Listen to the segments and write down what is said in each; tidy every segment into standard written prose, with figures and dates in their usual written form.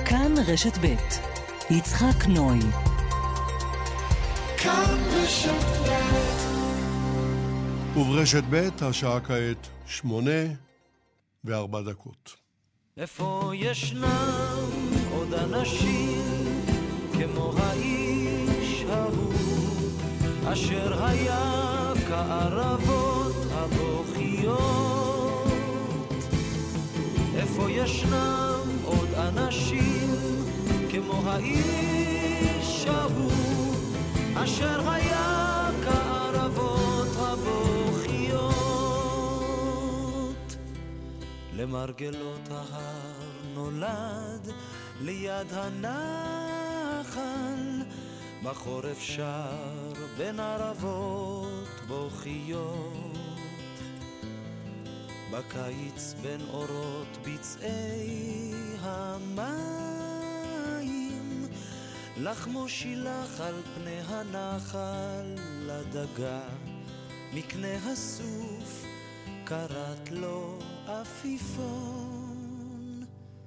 כאן רשת ב' יצחק נוי. כאן רשת ב'. וברשת ב' השעה כעת 8:04. איפה ישנם עוד אנשים כמו האיש ההוא אשר היה כערבות הבוכיות? איפה ישנם עוד אנשים כמו האיש ההוא אשר היה כערבות הבוכיות? למרגלות ההר נולד ליד הנחל, בחורף שר בין ערבות בוכיות, בקיץ בין אורות ביצעי המים, לחמו שילח על פני הנחל לדגה, מקנה הסוף קראת לו עפיפון.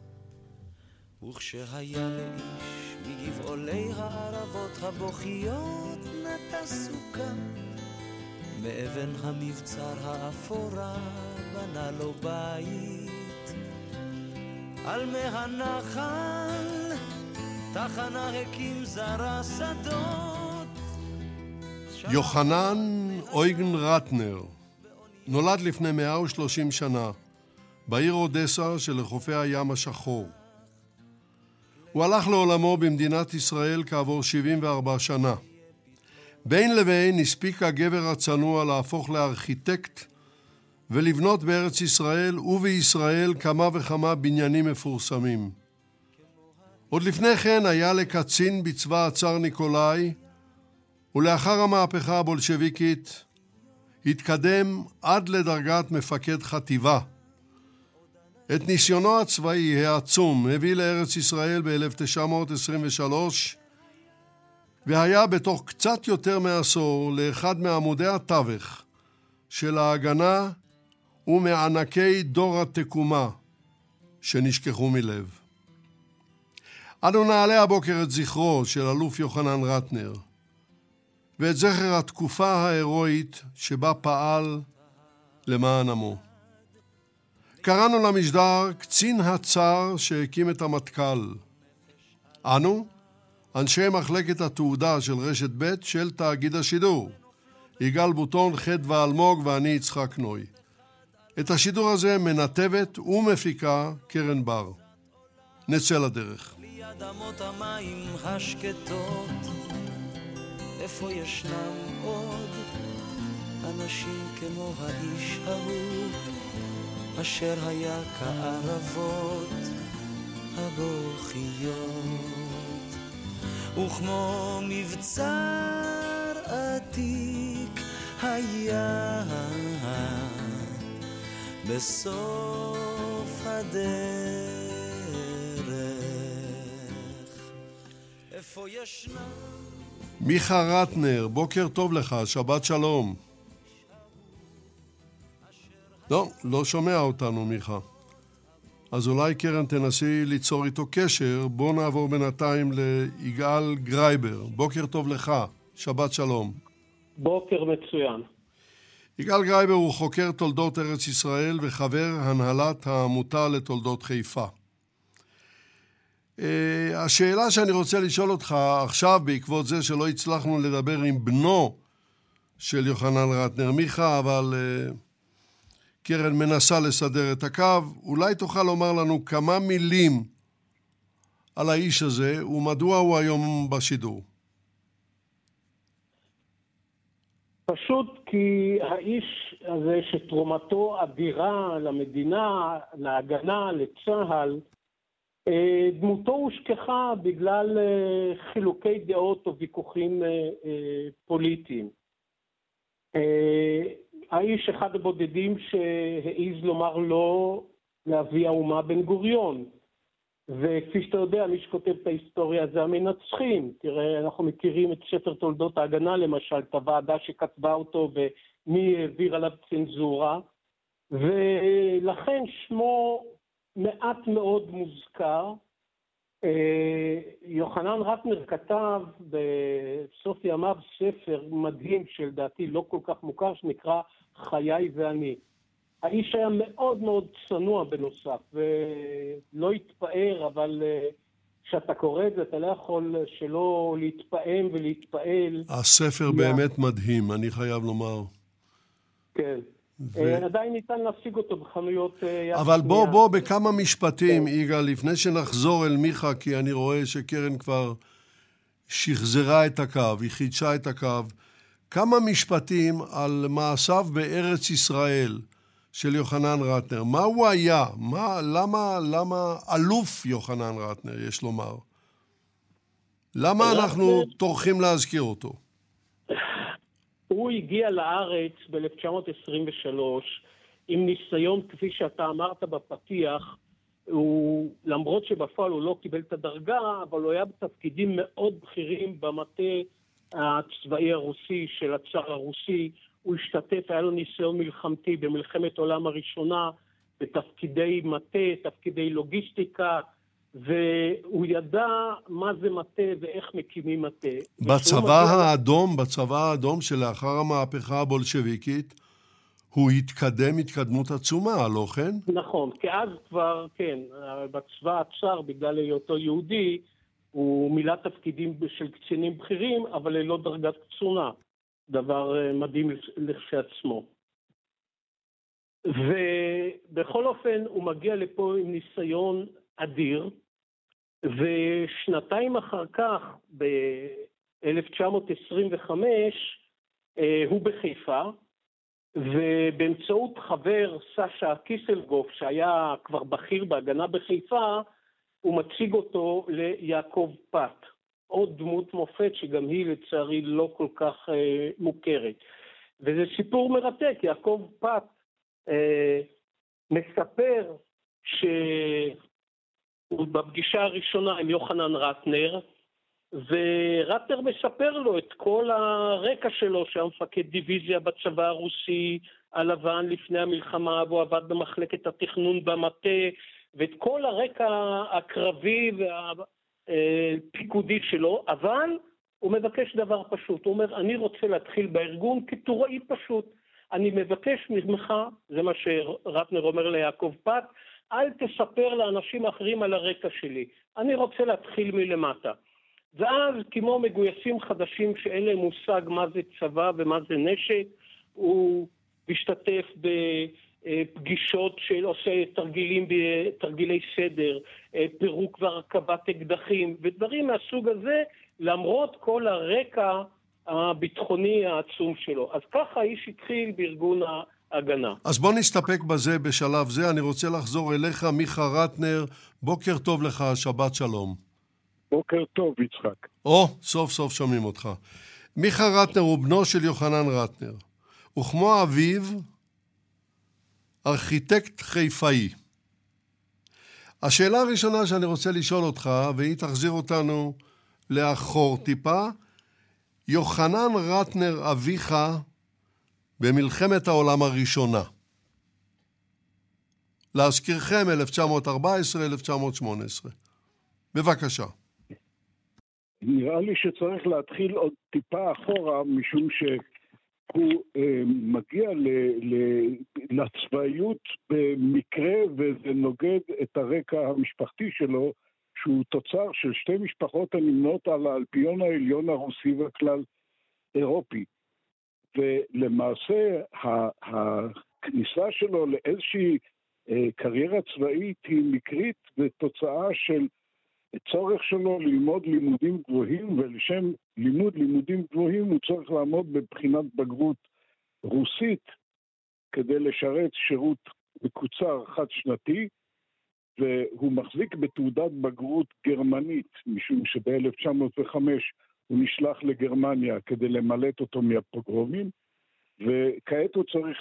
וכשהיה לאיש מגבעולי הערבות הבוכיות נטע סוכה, מאבן המבצר האפורה בנה לו בית, על מי הנחל תחנה הקים זרע שדות. יוחנן אויגן רטנר נולד לפני 130 שנה בעיר אודסה שלחופי הים השחור. הוא הלך לעולמו במדינת ישראל כעבור 74 שנה. בין לבין הספיק הגבר הצנוע להפוך לארכיטקט ולבנות בארץ ישראל ובישראל כמה וכמה בניינים מפורסמים. עוד לפני כן היה לקצין בצבא הצאר ניקולאי, ולאחר המהפכה הבולשביקית התקדם עד לדרגת מפקד חטיבה. את ניסיונו הצבאי העצום הביא לארץ ישראל ב-1923, והיה בתוך קצת יותר מעשור לאחד מעמודי התווך של ההגנה ומענקי דור התקומה שנשכחו מלב. אנו נעלה הבוקר את זכרו של אלוף יוחנן רטנר, ואת זכר התקופה ההירואית שבה פעל למען עמו. קראנו למשדר קצין הצאר שהקים את המטכ"ל. אנו, אנשי מחלקת התעודה של רשת ב' של תאגיד השידור, יגאל בוטון, חד ואלמוג ואני יצחק נוי. את השידור הזה מנתבת ומפיקה קרן בר. נצא לדרך. ליד אמות המים השקטות, איפה ישנם עוד אנשים כמו האיש ההוא אשר היה כערבות הבוכיות, וכמו מבצר עתיק היה בסוף הדרך. איפה ישנם מיכה רטנר, בוקר טוב לך, שבת שלום. לא שומע אותנו מיכה. אז אולי קרן תנסי ליצור איתו קשר. בוא נעבור בינתיים ליגאל גרייבר. בוקר טוב לך, שבת שלום. בוקר מצוין. יגאל גרייבר הוא חוקר תולדות ארץ ישראל וחבר הנהלת העמותה לתולדות חיפה. השאלה שאני רוצה לשאול אותך עכשיו, בעקבות זה שלא הצלחנו לדבר עם בנו של יוחנן רטנר, מיכה, אבל קרן מנסה לסדר את הקו, אולי תוכל לומר לנו כמה מילים על האיש הזה ומדוע הוא היום בשידור. פשוט כי האיש הזה שתרומתו אדירה למדינה, להגנה, לצה"ל, דמותו הושכחה בגלל חילוקי דעות או ויכוחים פוליטיים. האיש אחד הבודדים שהעיז לומר לא לאבי האומה בן גוריון. וכפי שאתה יודע, מי שכותב את ההיסטוריה זה המנצחים. תראה, אנחנו מכירים את ספר תולדות ההגנה למשל, את הוועדה שכתבה אותו ומי העביר עליו צנזורה. ולכן שמו מעט מאוד מוזכר, יוחנן רטנר כתב בסוף ימיו ספר מדהים שלדעתי לא כל כך מוכר, שנקרא חיי ואני. האיש היה מאוד מאוד צנוע בנוסף, ולא התפאר, אבל כשאתה קורא את זה, אתה לא יכול שלא להתפעם ולהתפעל. הספר באמת מדהים, אני חייב לומר. כן. עדיין ניתן להשיג אותו בחנויות יד אבל שנייה. בוא בכמה משפטים, יגאל, לפני שנחזור אל מיכה, כי אני רואה שקרן כבר שחזרה את הקו, היא חידשה את הקו. כמה משפטים על מעשיו בארץ ישראל של יוחנן רטנר. מה הוא היה? למה אלוף יוחנן רטנר, יש לומר? למה אנחנו טורחים להזכיר אותו? הוא הגיע לארץ ב-1923 עם ניסיון, כפי שאתה אמרת בפתיח, למרות שבפועל הוא לא קיבל את הדרגה, אבל הוא היה בתפקידים מאוד בכירים במטה הצבאי הרוסי של הצאר הרוסי. הוא השתתף, היה לו ניסיון מלחמתי במלחמת העולם הראשונה, בתפקידי מטה, תפקידי לוגיסטיקה, והוא ידע מה זה מטה ואיך מקימים מטה. בצבא האדום שלאחר המהפכה הבולשביקית, הוא התקדם התקדמות עצומה, לא כן? נכון, כי אז כבר, כן, בצבא הצאר, בגלל היותו יהודי, הוא מילא תפקידים של קצינים בכירים, אבל ללא דרגת קצונה. דבר מדהים לכשעצמו. ובכל אופן הוא מגיע לפה עם ניסיון אדיר, ושנתיים אחר כך, ב-1925, הוא בחיפה, ובאמצעות חבר סשה קיסלגוף, שהיה כבר בכיר בהגנה בחיפה, הוא מציג אותו ליעקב פת. עוד דמות מופת שגם היא לצערי לא כל כך מוכרת. וזה סיפור מרתק. יעקב פת מספר שהוא בפגישה הראשונה עם יוחנן רטנר, ורטנר מספר לו את כל הרקע שלו, שהיה מפקד דיוויזיה בצבא הרוסי הלבן לפני המלחמה, והוא עבד במחלקת התכנון במטה, ואת כל הרקע הקרבי והפיקודי שלו, אבל הוא מבקש דבר פשוט. הוא אומר, אני רוצה להתחיל בארגון כטוראי פשוט. אני מבקש ממך, זה מה שרטנר אומר ליעקב פת, אל תספר לאנשים אחרים על הרקע שלי. אני רוצה להתחיל מלמטה. ואז כמו מגויסים חדשים שאין להם מושג מה זה צבא ומה זה נשק, הוא משתתף בפגישות של עושה תרגילי סדר, פירוק והרכבת אקדחים ודברים מהסוג הזה, למרות כל הרקע הביטחוני העצום שלו. אז ככה האיש התחיל בארגון ההגנה. אז בוא נסתפק בזה בשלב זה. אני רוצה לחזור אליך, מיכה רטנר. בוקר טוב לך, שבת שלום. בוקר טוב, יצחק. סוף סוף שומעים אותך. מיכה רטנר הוא בנו של יוחנן רטנר, וכמו אביו, ארכיטקט חיפאי. השאלה הראשונה שאני רוצה לשאול אותך, והיא תחזיר אותנו לאחור טיפה, יוחנן רטנר אביך במלחמת העולם הראשונה. להזכירכם 1914-1918. בבקשה. נראה לי שצריך להתחיל עוד טיפה אחורה, משום שהוא מגיע לצבאיות במקרה, וזה נוגד את הרקע המשפחתי שלו, שהוא תוצר של שתי משפחות הנמנות על האלפיון העליון הרוסי והכלל אירופי. ולמעשה הכניסה שלו לאיזושהי קריירה צבאית היא מקרית ותוצאה של צורך שלו ללמוד לימודים גבוהים, ולשם לימוד לימודים גבוהים הוא צריך לעמוד בבחינת בגרות רוסית כדי לשרת שירות מקוצר חד שנתי, והוא מחזיק בתעודת בגרות גרמנית, משום שב-1905 הוא נשלח לגרמניה כדי למלט אותו מהפוגרומים, וכעת הוא צריך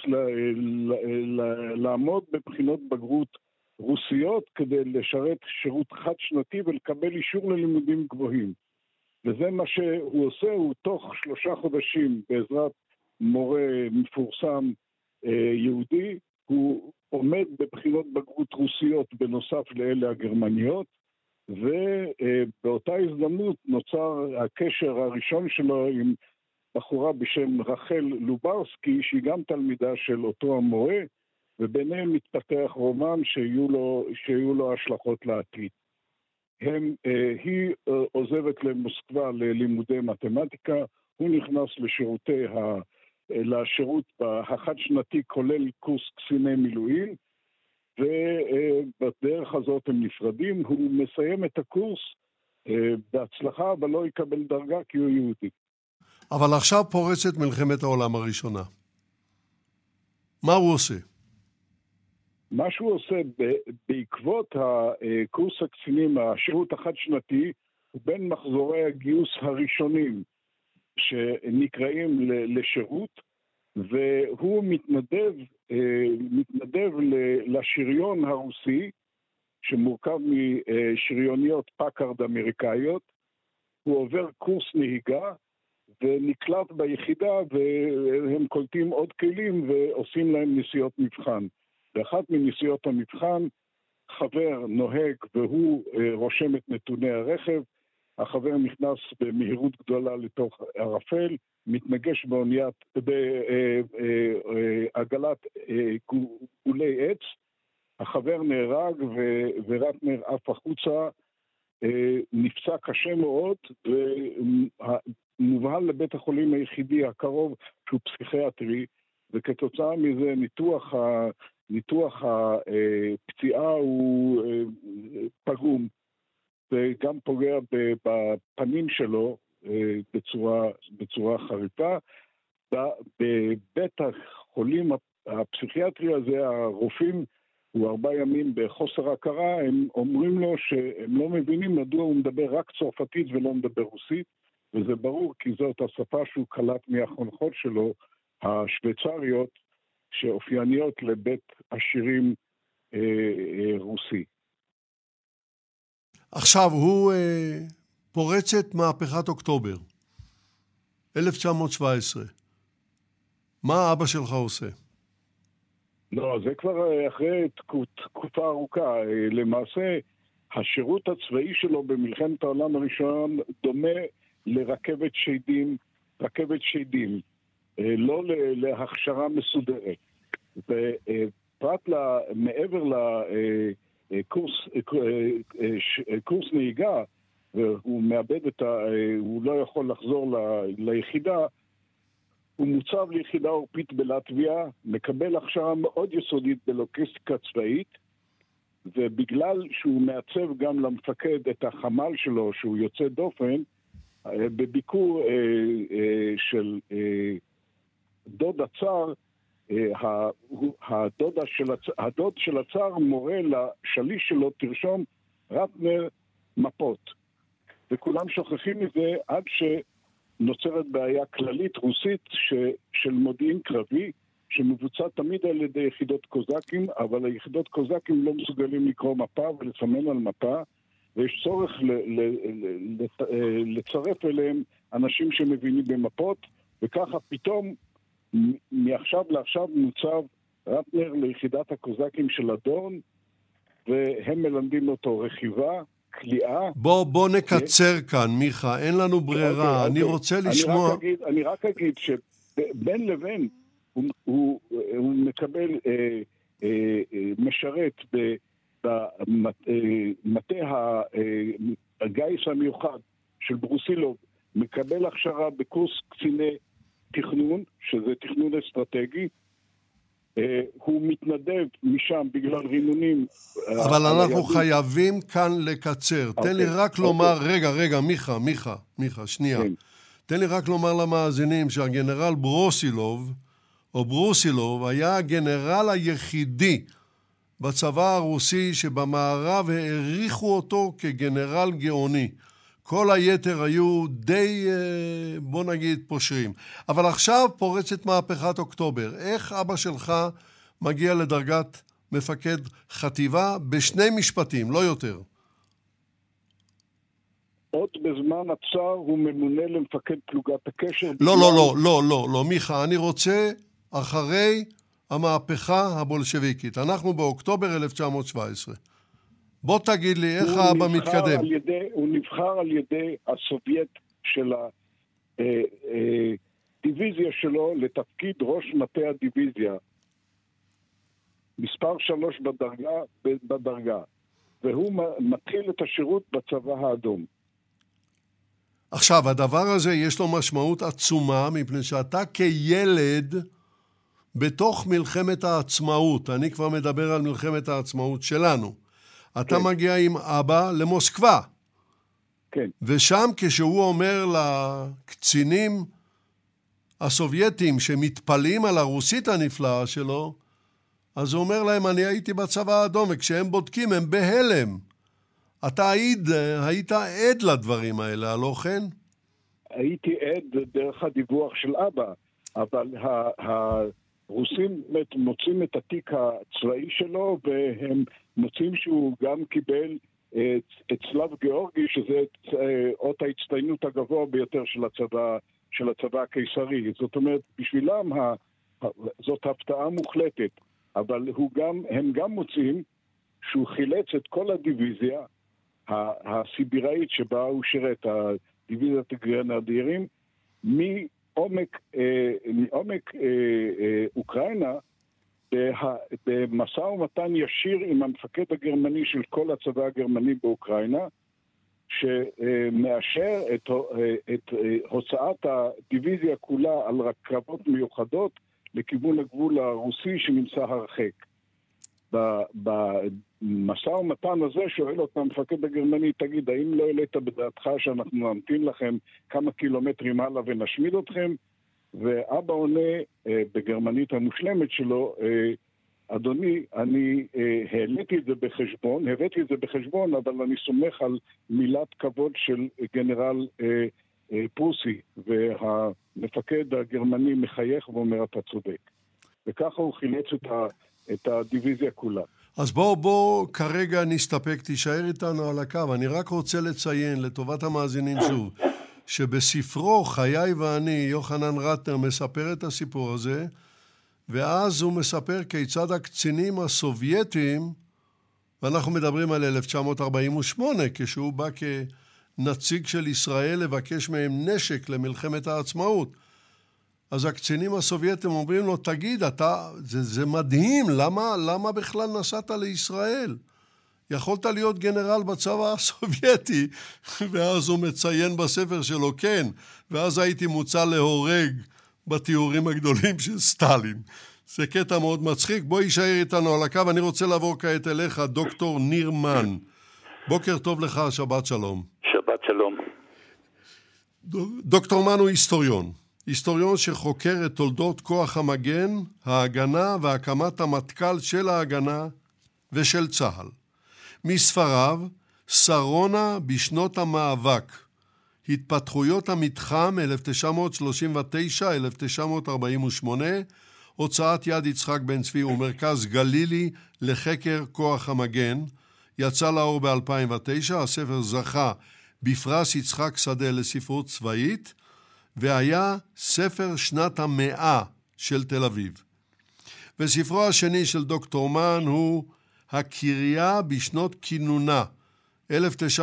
לעמוד בבחינות בגרות רוסיות כדי לשרת שירות חד שנתי ולקבל אישור ללימודים גבוהים. וזה מה שהוא עושה, הוא תוך 3 חודשים בעזרת מורה מפורסם יהודי, הוא עומד בבחינות בגרות רוסיות בנוסף לאלה הגרמניות, ובאותה הזדמנות נוצר הקשר הראשון שלו עם בחורה בשם רחל לוברסקי, שהיא גם תלמידה של אותו המורה, וביניהם מתפתח רומן שיהיו לו השלכות לעתיד. היא עוזבת למוסקבה ללימודי מתמטיקה, הוא נכנס לשירות החד שנתי כולל קורס קציני מילואים, ובדרך הזאת הם נפרדים. הוא מסיים את הקורס בהצלחה, אבל לא יקבל דרגה כי הוא יהודי. אבל עכשיו פורצת מלחמת העולם הראשונה. מה הוא עושה? מה שהוא עושה בעקבות הקורס הקצינים, השירות החד שנתי, הוא בין מחזורי הגיוס הראשונים שנקראים לשירות, והוא מתנדב לשריון הרוסי, שמורכב משריוניות פאקארד אמריקאיות. הוא עובר קורס נהיגה ונקלט ביחידה, והם קולטים עוד כלים ועושים להם נסיעות מבחן. באחת מנסיעות המבחן חבר נוהג והוא רושם את נתוני הרכב, החבר נכנס במהירות גדולה לתוך ערפל, מתנגש בעגלת גולי עץ, החבר נהרג ורטנר עף החוצה, נפצע קשה מאוד, ומובהל לבית החולים היחידי הקרוב שהוא פסיכיאטרי, וכתוצאה מזה ניתוח הפציעה הוא פגום, וגם פוגע בפנים שלו בצורה חריפה. בבית החולים הפסיכיאטרי הזה, הרופאים, הוא 4 ימים בחוסר הכרה, הם אומרים לו שהם לא מבינים מדוע הוא מדבר רק צרפתית ולא מדבר רוסית, וזה ברור כי זאת השפה שהוא קלט מהחונכות שלו, השוויצריות, שאופייניות לבית השירים רוסי. עכשיו הוא פורצת מהפכת אוקטובר, 1917. מה אבא שלך עושה? לא, זה כבר אחרי תקופה ארוכה. למעשה, השירות הצבאי שלו במלחמת העולם הראשון דומה לרכבת שדים, לא להכשרה מסודרת. ופרט מעבר לקורס נהיגה, והוא מאבד הוא לא יכול לחזור ליחידה, הוא מוצב ליחידה עורפית בלטביה, מקבל הכשרה מאוד יסודית בלוגיסטיקה צבאית, ובגלל שהוא מעצב גם למפקד את החמ"ל שלו, שהוא יוצא דופן, בביקור של דוד הצאר, הדוד של הצאר מורה לשליש שלו, תרשום רטנר מפות. וכולם שוכחים מזה עד שנוצרת בעיה כללית רוסית של מודיעין קרבי, שמבוצע תמיד על ידי יחידות קוזקים, אבל היחידות קוזקים לא מסוגלים לקרוא מפה ולסמן על מפה, ויש צורך לצרף אליהם אנשים שמבינים במפות, וככה פתאום מעכשיו לעכשיו מוצב רטנר ליחידת הקוזקים של הדורן, והם מלמדים אותו רכיבה, קליעה. בוא נקצר כאן, מיכה, אין לנו ברירה, אני רוצה לשמוע... אני רק אגיד שבין לבין הוא מקבל משרת במטה הגיס המיוחד של ברוסילוב, מקבל הכשרה בקורס קציני תכנון, שזה תכנון אסטרטגי, הוא מתנדב משם בגלל רינונים. אבל אנחנו חייבים כאן לקצר. תן לי רק לומר, רגע, מיכה, שנייה. תן לי רק לומר למאזינים שהגנרל ברוסילוב היה הגנרל היחידי בצבא הרוסי שבמערב העריכו אותו כגנרל גאוני. כל היתר היו די, בוא נגיד, פושרים. אבל עכשיו פורצת מהפכת אוקטובר. איך אבא שלך מגיע לדרגת מפקד חטיבה? בשני משפטים, לא יותר. עוד בזמן הצאר הוא ממונה למפקד פלוגת הקשר. לא, מיכה, אני רוצה אחרי המהפכה הבולשביקית. אנחנו באוקטובר 1917. בוא תגיד לי, איך האבא מתקדם? הוא נבחר על ידי הסובייט של הדיוויזיה שלו לתפקיד ראש מטה הדיוויזיה. מספר 3 בדרגה. והוא מתחיל את השירות בצבא האדום. עכשיו, הדבר הזה יש לו משמעות עצומה, מפני שאתה כילד בתוך מלחמת העצמאות, אני כבר מדבר על מלחמת העצמאות שלנו, אתה מגיע עם אבא למוסקבה. כן. ושם כשהוא אומר לקצינים הסובייטים שמתפלים על הרוסית הנפלאה שלו, אז הוא אומר להם, אני הייתי בצבא האדום, וכשהם בודקים הם בהלם. אתה היית עד לדברים האלה, לא כן? הייתי עד דרך הדיווח של אבא, אבל הרוסים מוצאים את התיק הצבאי שלו, והם מוצאים שהוא גם קיבל את צלב גיאורגי, שזה אות ההצטיינות הגבוה ביותר של הצבא הקיסרי. זאת אומרת, בשבילם זאת הפתעה מוחלטת, אבל הם גם מוצאים שהוא חילץ את כל הדיוויזיה הסיביראית שבה הוא שירת, הדיוויזיית הגרנדירים, מעומק אוקראינה, במשא ומתן ישיר עם המפקד הגרמני של כל הצבא הגרמני באוקראינה, שמאשר את הוצאת הדיוויזיה כולה על רכבות מיוחדות לכיוון הגבול הרוסי שנמצא הרחק. במשא ומתן הזה שואל אותם המפקד הגרמני, תגיד, האם לא העלית בדעתך שאנחנו נמתין לכם כמה קילומטרים הלאה ונשמיד אתכם? ואבא עונה בגרמנית המושלמת שלו, אדוני, אני הבאתי את זה בחשבון, אבל אני סומך על מילת כבוד של גנרל פרוסי, והמפקד הגרמני מחייך ואומר, אתה צודק. וככה הוא חילץ את הדיוויזיה כולה. אז בוא כרגע נסתפק, תישאר איתנו על הקו. אני רק רוצה לציין לטובת המאזינים שוב, שבספרו חיי ואני, יוחנן רטנר מספר את הסיפור הזה, ואז הוא מספר כיצד הקצינים הסובייטים, ואנחנו מדברים על 1948, כשהוא בא כנציג של ישראל לבקש מהם נשק למלחמת העצמאות. אז הקצינים הסובייטים אומרים לו, תגיד, זה מדהים, למה בכלל נסעת לישראל? יכולת להיות גנרל בצבא הסובייטי, ואז הוא מציין בספר שלו, כן, ואז הייתי מוצא להורג בתיאורים הגדולים של סטלין. זה קטע מאוד מצחיק. בוא יישאר איתנו על הקו, אני רוצה לעבור כעת אליך, דוקטור ניר מן. בוקר טוב לך, שבת שלום. שבת שלום. דוקטור מן הוא היסטוריון שחוקר את תולדות כוח המגן, ההגנה והקמת המטכ"ל של ההגנה ושל צה"ל. מספריו, שרונה בשנות המאבק, התפתחויות המתחם 1939-1948, הוצאת יד יצחק בן צבי ומרכז גלילי לחקר כוח המגן, יצא לאור ב-2009, הספר זכה בפרס יצחק שדה לספרות צבאית, והיה ספר שנת המאה של תל אביב. וספרו השני של דוקטור מן הוא הקריה בשנות כינונה, 1948-1955,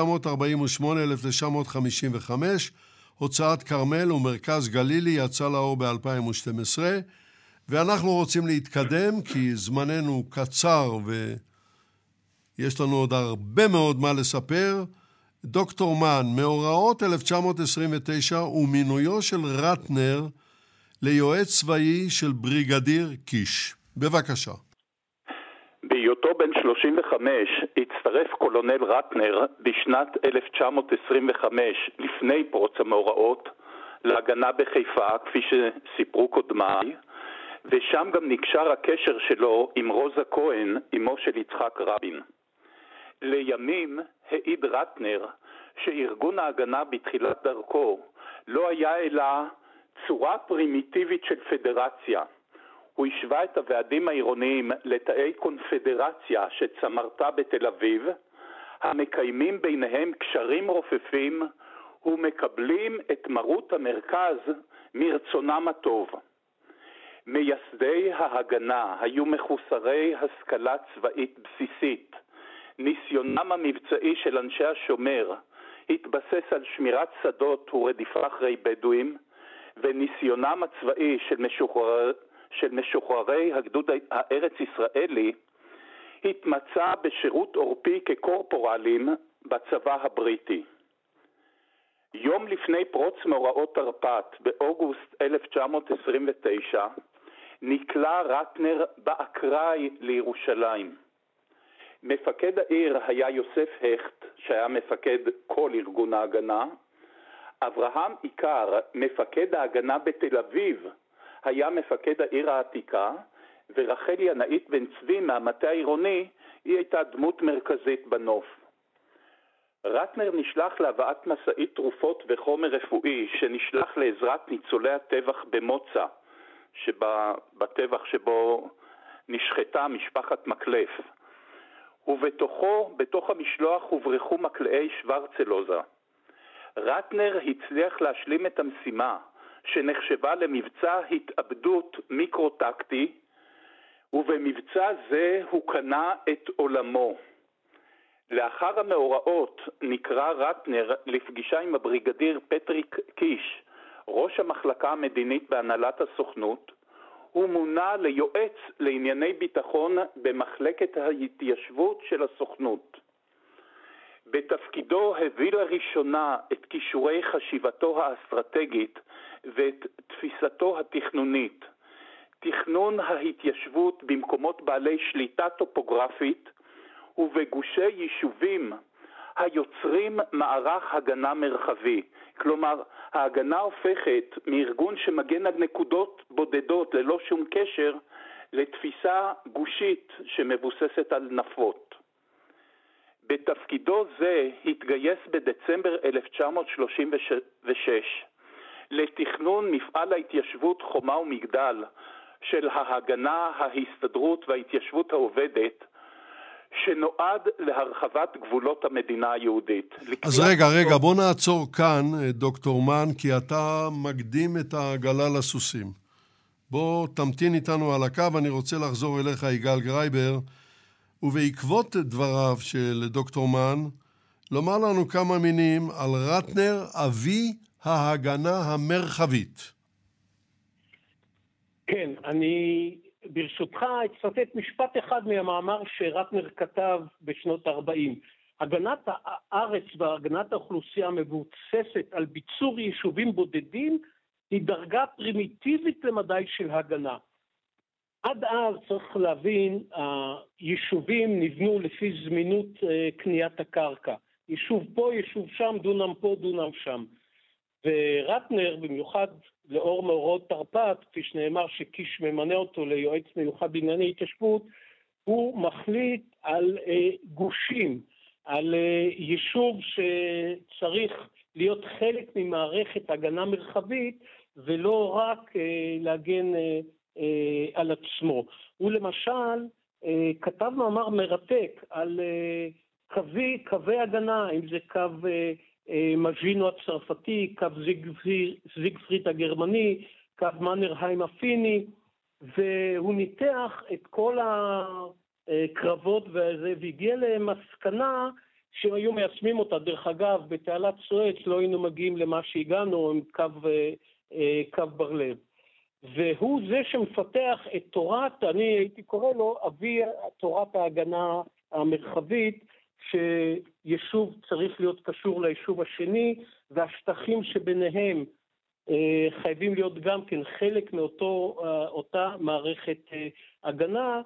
הוצאת כרמל ומרכז גלילי, יצא לאור ב-2012, ואנחנו רוצים להתקדם כי זמננו קצר ויש לנו עוד הרבה מאוד מה לספר. דוקטור מן, מאורעות 1929 ומינויו של רטנר ליועץ צבאי של בריגדיר קיש. בבקשה. בהיותו בן 35 הצטרף קולונל רטנר בשנת 1925, לפני פרוץ המאורעות, להגנה בחיפה, כפי שסיפרו קודמיי, ושם גם נקשר הקשר שלו עם רוזה כהן, אמו של יצחק רבין. לימים העיד רטנר שארגון ההגנה בתחילת דרכו לא היה אלא צורה פרימיטיבית של פדרציה. הוא השווה את הוועדים העירוניים לתאי קונפדרציה שצמרתה בתל אביב, המקיימים ביניהם קשרים רופפים ומקבלים את מרות המרכז מרצונם הטוב. מייסדי ההגנה היו מחוסרי השכלה צבאית בסיסית, ניסיונם המבצעי של אנשי השומר התבסס על שמירת שדות ורדיפה אחרי בדואים, וניסיונם הצבאי של משוחררי הגדוד הארץ ישראלי התמצא בשירות עורפי כקורפורלים בצבא הבריטי. יום לפני פרוץ מאורעות תרפ"ט, באוגוסט 1929, נקלע רטנר באקראי לירושלים. מפקד העיר היה יוסף הכט, שהיה מפקד כל ארגון ההגנה. אברהם עיקר, מפקד ההגנה בתל אביב, היה מפקד העיר העתיקה, ורחל ינאית בן צבי מהמטה העירוני, היא הייתה דמות מרכזית בנוף. רטנר נשלח להבאת מסעית תרופות וחומר רפואי שנשלח לעזרת ניצולי הטבח במוצא, בטבח שבו נשחטה משפחת מקלף. בתוך המשלוח הוברחו מקלעי שוורצלוזה. רטנר הצליח להשלים את המשימה שנחשבה למבצע התאבדות מיקרוטקטי, ובמבצע זה הוא קנה את עולמו. לאחר המאורעות נקרא רטנר לפגישה עם הבריגדיר פטריק קיש, ראש המחלקה המדינית בהנהלת הסוכנות. הוא מונה ליועץ לענייני ביטחון במחלקת ההתיישבות של הסוכנות. בתפקידו הביא לראשונה את כישורי חשיבתו האסטרטגית ואת תפיסתו התכנונית. תכנון ההתיישבות במקומות בעלי שליטה טופוגרפית ובגושי יישובים היוצרים מערך הגנה מרחבי. כלומר, ההגנה הופכת מארגון שמגן על נקודות בודדות ללא שום קשר לתפיסה גושית שמבוססת על נפות. בתפקידו זה התגייס בדצמבר 1936 לתכנון מפעל ההתיישבות חומה ומגדל של ההגנה, ההסתדרות וההתיישבות העובדת, שנועד להרחבת גבולות המדינה היהודית. אז רגע, בוא נעצור כאן, דוקטור מן, כי אתה מקדים את העגלה לסוסים. בוא תמתין איתנו על הקו, אני רוצה לחזור אליך, יגאל גרייבר, ובעקבות דבריו של דוקטור מן, לומר לנו כמה מינים על רטנר, אבי ההגנה המרחבית. כן, אני ברשותך אצטט משפט אחד מהמאמר שרטנר כתב בשנות ה-40. הגנת הארץ והגנת האוכלוסייה מבוססת על ביצור יישובים בודדים היא דרגה פרימיטיבית למדי של הגנה. עד אז צריך להבין, היישובים נבנו לפי זמינות קניית הקרקע. יישוב פה, יישוב שם, דונם פה, דונם שם. ורטנר, במיוחד לאור מאורעות תרפ"ט, כפי שנאמר שקיש ממנה אותו ליועץ מיוחד בענייני התיישבות, הוא מחליט על גושים, על יישוב שצריך להיות חלק ממערכת הגנה מרחבית, ולא רק להגן על עצמו. הוא למשל כתב מאמר מרתק על קווי הגנה, אם זה קו מז'ינו הצרפתי, קו זיגפריד הגרמני, קו מנרהיים הפיני, והוא ניתח את כל הקרבות וזה, והגיע למסקנה שהם היו מיישמים אותה. דרך אגב, בתעלת סואץ לא היינו מגיעים למה שהגענו עם קו בר לב. והוא זה שמפתח את תורת, אני הייתי קורא לו, אבי תורת ההגנה המרחבית, שיישוב צריך להיות קשור ליישוב השני, והשטחים שביניהם חייבים להיות גם כן חלק מאותה מערכת הגנה.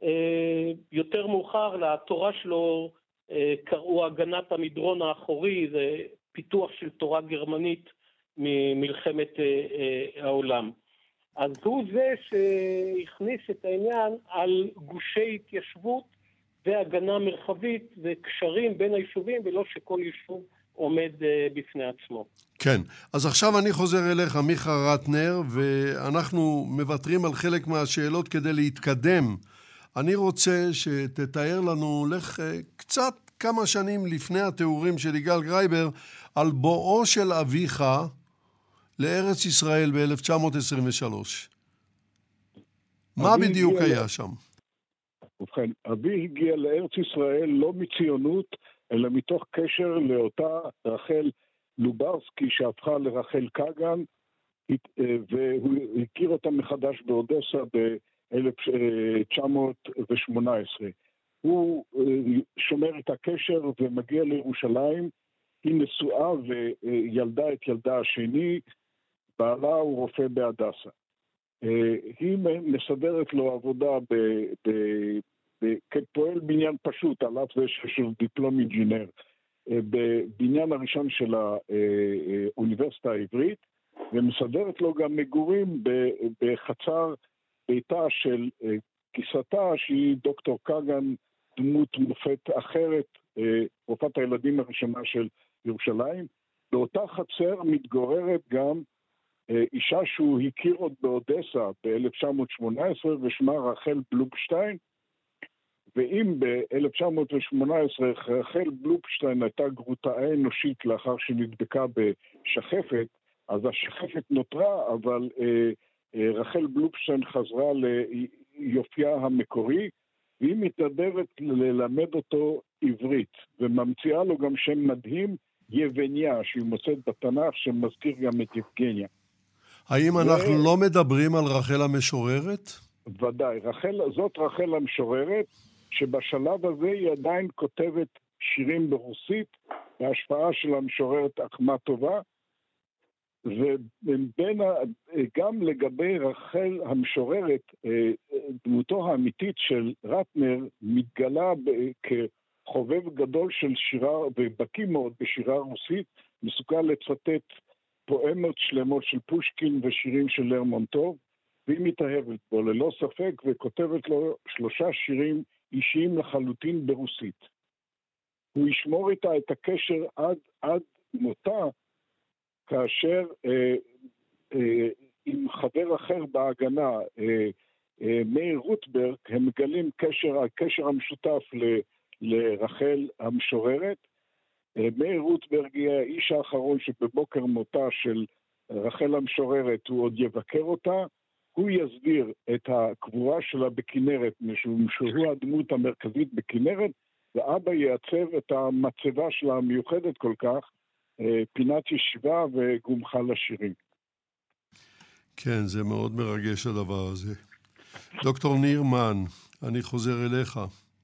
יותר מאוחר לתורה שלו קראו הגנת המדרון האחורי, זה פיתוח של תורה גרמנית ממלחמת העולם. אז הוא זה שהכניס את העניין על גושי התיישבות והגנה מרחבית וקשרים בין היישובים, ולא שכל יישוב עומד בפני עצמו. כן, אז עכשיו אני חוזר אליך, מיכה רטנר, ואנחנו מוותרים על חלק מהשאלות כדי להתקדם. אני רוצה שתתאר לנו, לך קצת כמה שנים לפני התיאורים של יגאל גרייבר, על בואו של אביך לארץ ישראל ב-1923. מה בדיוק היה שם? ובכן, אבי הגיע לארץ ישראל לא מציונות, אלא מתוך קשר לאותה רחל לוברסקי שהפכה לרחל קגן, והוא הכיר אותה מחדש באודסה ב-1918. הוא שומר את הקשר ומגיע לירושלים, היא נשואה וילדה את ילדה השני, בעלה הוא רופא בהדסה. היא מסדרת לו עבודה כפועל בניין פשוט, על אף זה של דיפלום אינג'ינר, בבניין הראשון של האוניברסיטה העברית, ומסדרת לו גם מגורים בחצר ביתה של גיסתה, שהיא דוקטור קגן, דמות מופת אחרת, רופאת הילדים הראשונה של ירושלים. באותה חצר מתגוררת גם אישה שהוא הכיר עוד באודסה ב-1918, ושמה רחל בלובשטיין, ואם ב-1918 רחל בלובשטיין הייתה גרוטאה אנושית לאחר שנדבקה בשחפת, אז השחפת נותרה, אבל רחל בלובשטיין חזרה ליופייה המקורי, והיא מתנדבת ללמד אותו עברית, וממציאה לו גם שם מדהים, יבניה, שהיא מוצאת בתנ"ך, שמזכיר גם את יבגניה. האם אנחנו לא מדברים על רחל המשוררת? ודאי, זאת רחל המשוררת, שבשלב הזה היא עדיין כותבת שירים ברוסית, בהשפעה של המשוררת אחמטובה, וגם לגבי רחל המשוררת, דמותו האמיתית של רטנר מתגלה כחובב גדול של שירה, ובקיא מאוד בשירה רוסית, מסוגל לצטט פואמות שלמות של פושקין ושירים של לרמונטוב, והיא מתאהבת בו ללא ספק, וכותבת לו 3 שירים אישיים לחלוטין ברוסית. הוא ישמור איתה את הקשר עד מותה, כאשר עם חבר אחר בהגנה, מאיר רוטברג, הם מגלים הקשר המשותף לרחל המשוררת. מאיר רוטברג היא האיש האחרון שבבוקר מותה של רחל המשוררת הוא עוד יבקר אותה, הוא יסביר את הקבורה שלה בכנרת, משום שהוא הדמות המרכזית בכנרת, ואבא יעצב את המצבה שלה המיוחדת כל כך, פינת ישיבה וגומחה לשירים. כן, זה מאוד מרגש הדבר הזה. דוקטור ניר מן, אני חוזר אליך.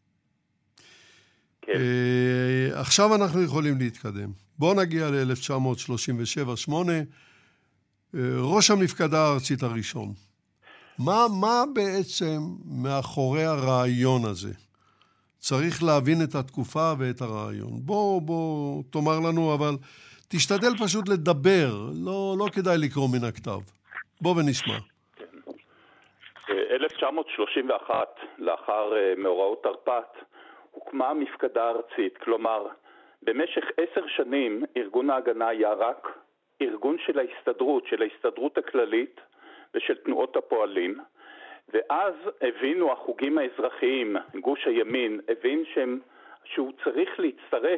כן. עכשיו אנחנו יכולים להתקדם. בואו נגיע ל-1937-8, ראש המפקדה הארצית הראשון. מה בעצם מאחורי הרעיון הזה? צריך להבין את התקופה ואת הרעיון. בוא תאמר לנו, אבל תשתדל פשוט לדבר, לא כדאי לקרוא מן הכתב. בוא ונשמע. 1931, לאחר מאורעות תרפ"ט, הוקמה מפקדה ארצית, כלומר, במשך 10 שנים ארגון ההגנה היה רק ארגון של ההסתדרות הכללית ושל תנועות הפועלים, ואז הבינו החוגים האזרחיים, גוש הימין, הבין שהוא צריך להצטרף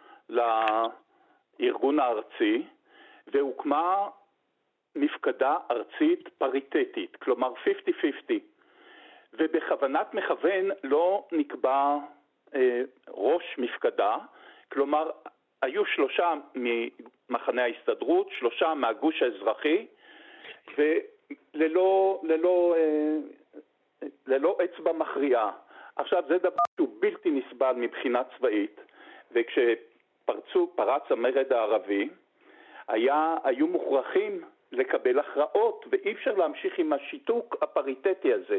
לארגון הארצי, והוקמה מפקדה ארצית פריטטית, כלומר 50-50, ובכוונת מכוון לא נקבע ראש מפקדה, כלומר היו 3 ממחנה ההסתדרות, 3 מהגוש האזרחי, וללא אצבע מכריעה. עכשיו זה דבר שהוא בלתי נסבל מבחינה צבאית, וכשפרץ המרד הערבי, היו מוכרחים לקבל הכרעות, ואי אפשר להמשיך עם השיתוק הפריטטי הזה.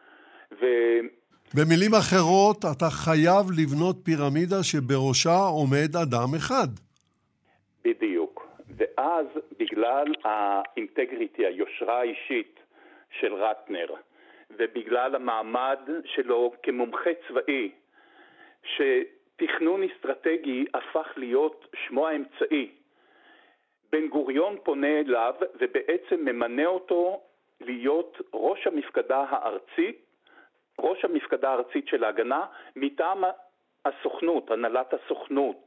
במילים אחרות, אתה חייב לבנות פירמידה שבראשה עומד אדם אחד. בדיוק. ואז בגלל האינטגריטי, היושרה האישית של רטנר, ובגלל המעמד שלו כמומחה צבאי, שתכנון אסטרטגי הפך להיות שמו האמצעי, בן גוריון פונה אליו ובעצם ממנה אותו להיות ראש המפקדה הארצית של ההגנה, מטעם הסוכנות, הנהלת הסוכנות.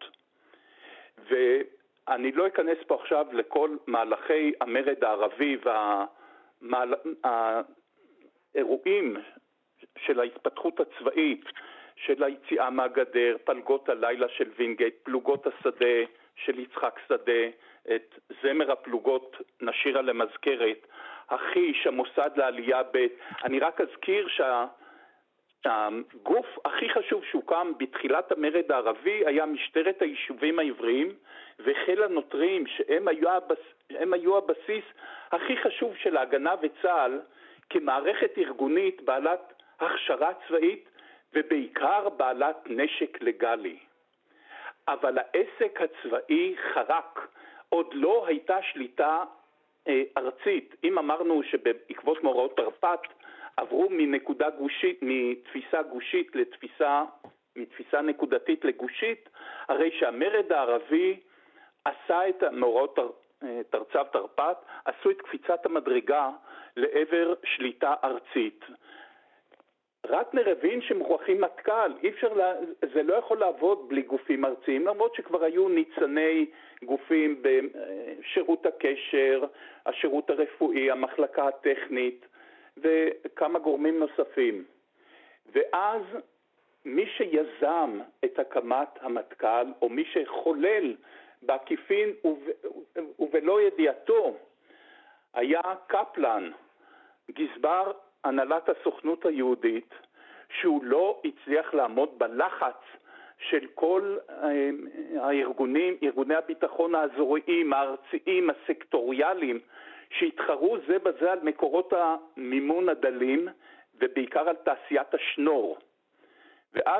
ואני לא אכנס פה עכשיו לכל מהלכי המרד הערבי והאירועים של ההתפתחות הצבאית, של היציאה מהגדר, פלגות הלילה של וינגייט, פלוגות השדה של יצחק שדה, את זמר הפלוגות נשירה למזכרת, החיש, המוסד לעלייה ב'. אני רק אזכיר שהגוף הכי חשוב שהוקם בתחילת המרד הערבי היה משטרת היישובים העבריים וחיל הנוטרים, שהם היו הבסיס הכי חשוב של ההגנה וצה"ל כמערכת ארגונית בעלת הכשרה צבאית ובעיקר בעלת נשק לגלי. אבל העסק הצבאי חרק, עוד לא הייתה שליטה ארצית. אם אמרנו שבעקבות מאורעות תרפ"ט עברו מתפיסה גושית מתפיסה נקודתית לגושית, הרי שהמרד הערבי עשה את מאורעות תרצ"ו תרפ"ט, עשו את קפיצת המדרגה לעבר שליטה ארצית. רטנר הבין שמוכרחים מטכ"ל, זה לא יכול לעבוד בלי גופים ארציים, למרות שכבר היו ניצני גופים בשירות הקשר, השירות הרפואי, המחלקה הטכנית וכמה גורמים נוספים. ואז מי שיזם את הקמת המטכ"ל, או מי שחולל בעקיפין ובלא ידיעתו, היה קפלן, גזבר הנהלת הסוכנות היהודית, שהוא לא הצליח לעמוד בלחץ של כל ארגוני הביטחון האזוריים, הארציים, הסקטוריאליים, שהתחרו זה בזה על מקורות המימון הדלים, ובעיקר על תעשיית השנור. ואז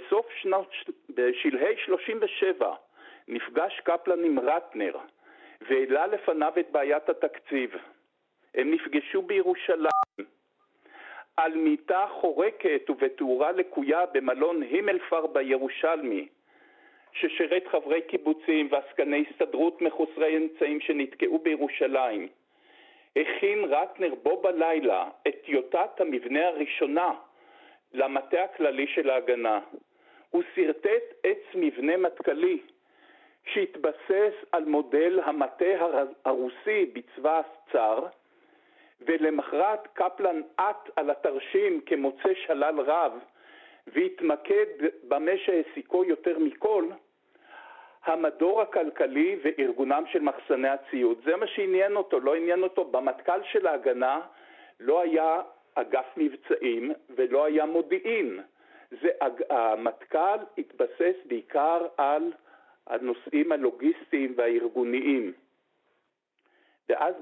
בשלהי 37 נפגש קפלן עם רטנר, והעלה לפניו את בעיית התקציב. הם נפגשו בירושלים, על מיטה חורקת ובתאורה לקויה במלון הימלפר בירושלמי, ששירת חברי קיבוצים ועסקני הסתדרות מחוסרי אמצעים שנתקעו בירושלים. הכין רטנר בו בלילה את טיוטת המבנה הראשונה למטה הכללי של ההגנה. הוא סרטט עץ מבנה מטכ"לי שהתבסס על מודל המטה הרוסי בצבא הצאר, ולמחרת קפלן עט על התרשים כמוצא שלל רב, והתמקד במה שהעסיקו יותר מכל, המדור הכלכלי וארגונם של מחסני הציוד. זה מה שעניין אותו, לא עניין אותו. במטכ"ל של ההגנה לא היה אגף מבצעים ולא היה מודיעין. המטכ"ל התבסס בעיקר על הנושאים הלוגיסטיים והארגוניים. ואז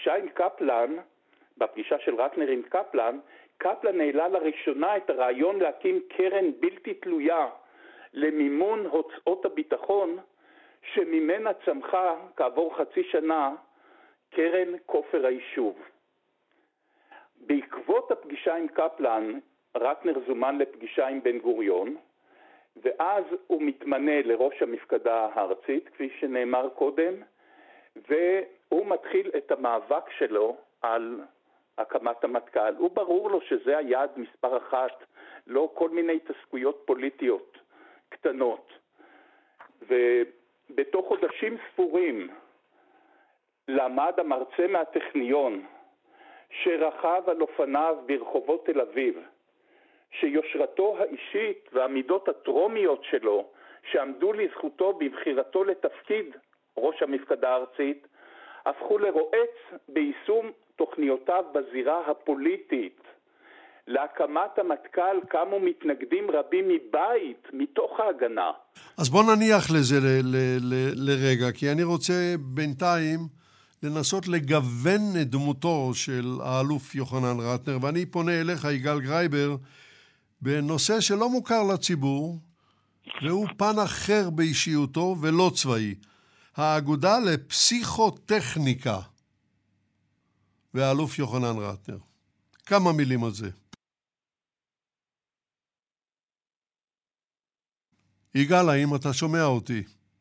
בפגישה של רטנר עם קפלן, קפלן העלה לראשונה את הרעיון להקים קרן בלתי תלויה למימון הוצאות הביטחון, שממנה צמחה כעבור חצי שנה קרן כופר היישוב. בעקבות הפגישה עם קפלן, רטנר זומן לפגישה עם בן גוריון, ואז הוא מתמנה לראש המפקדה הארצית, כפי שנאמר קודם, והוא מתחיל את המאבק שלו על הקמת המטכ"ל. הוא ברור לו שזה היעד מספר אחת, לא כל מיני התעסקויות פוליטיות קטנות. ובתוך חודשים ספורים למד המרצה מהטכניון שרכב על אופניו ברחובות תל אביב, שיושרתו האישית והמידות הטרומיות שלו שעמדו לזכותו בבחירתו לתפקיד ראש המפקדה הארצית הפכו לרועץ ביישום תוכניותיו בזירה הפוליטית. להקמת המטכ"ל קמו מתנגדים רבים מבית, מתוך ההגנה. אז בוא נניח לזה לרגע, כי אני רוצה בינתיים לנסות לגוון את דמותו של האלוף יוחנן רטנר, ואני פונה אליך, יגאל גרייבר, בנושא שלא מוכר לציבור, והוא פן אחר באישיותו ולא צבאי. האגודה לפסיכוטכניקה והאלוף יוחנן רטנר. כמה מילים על זה. יגאל, האם אתה שומע אותי?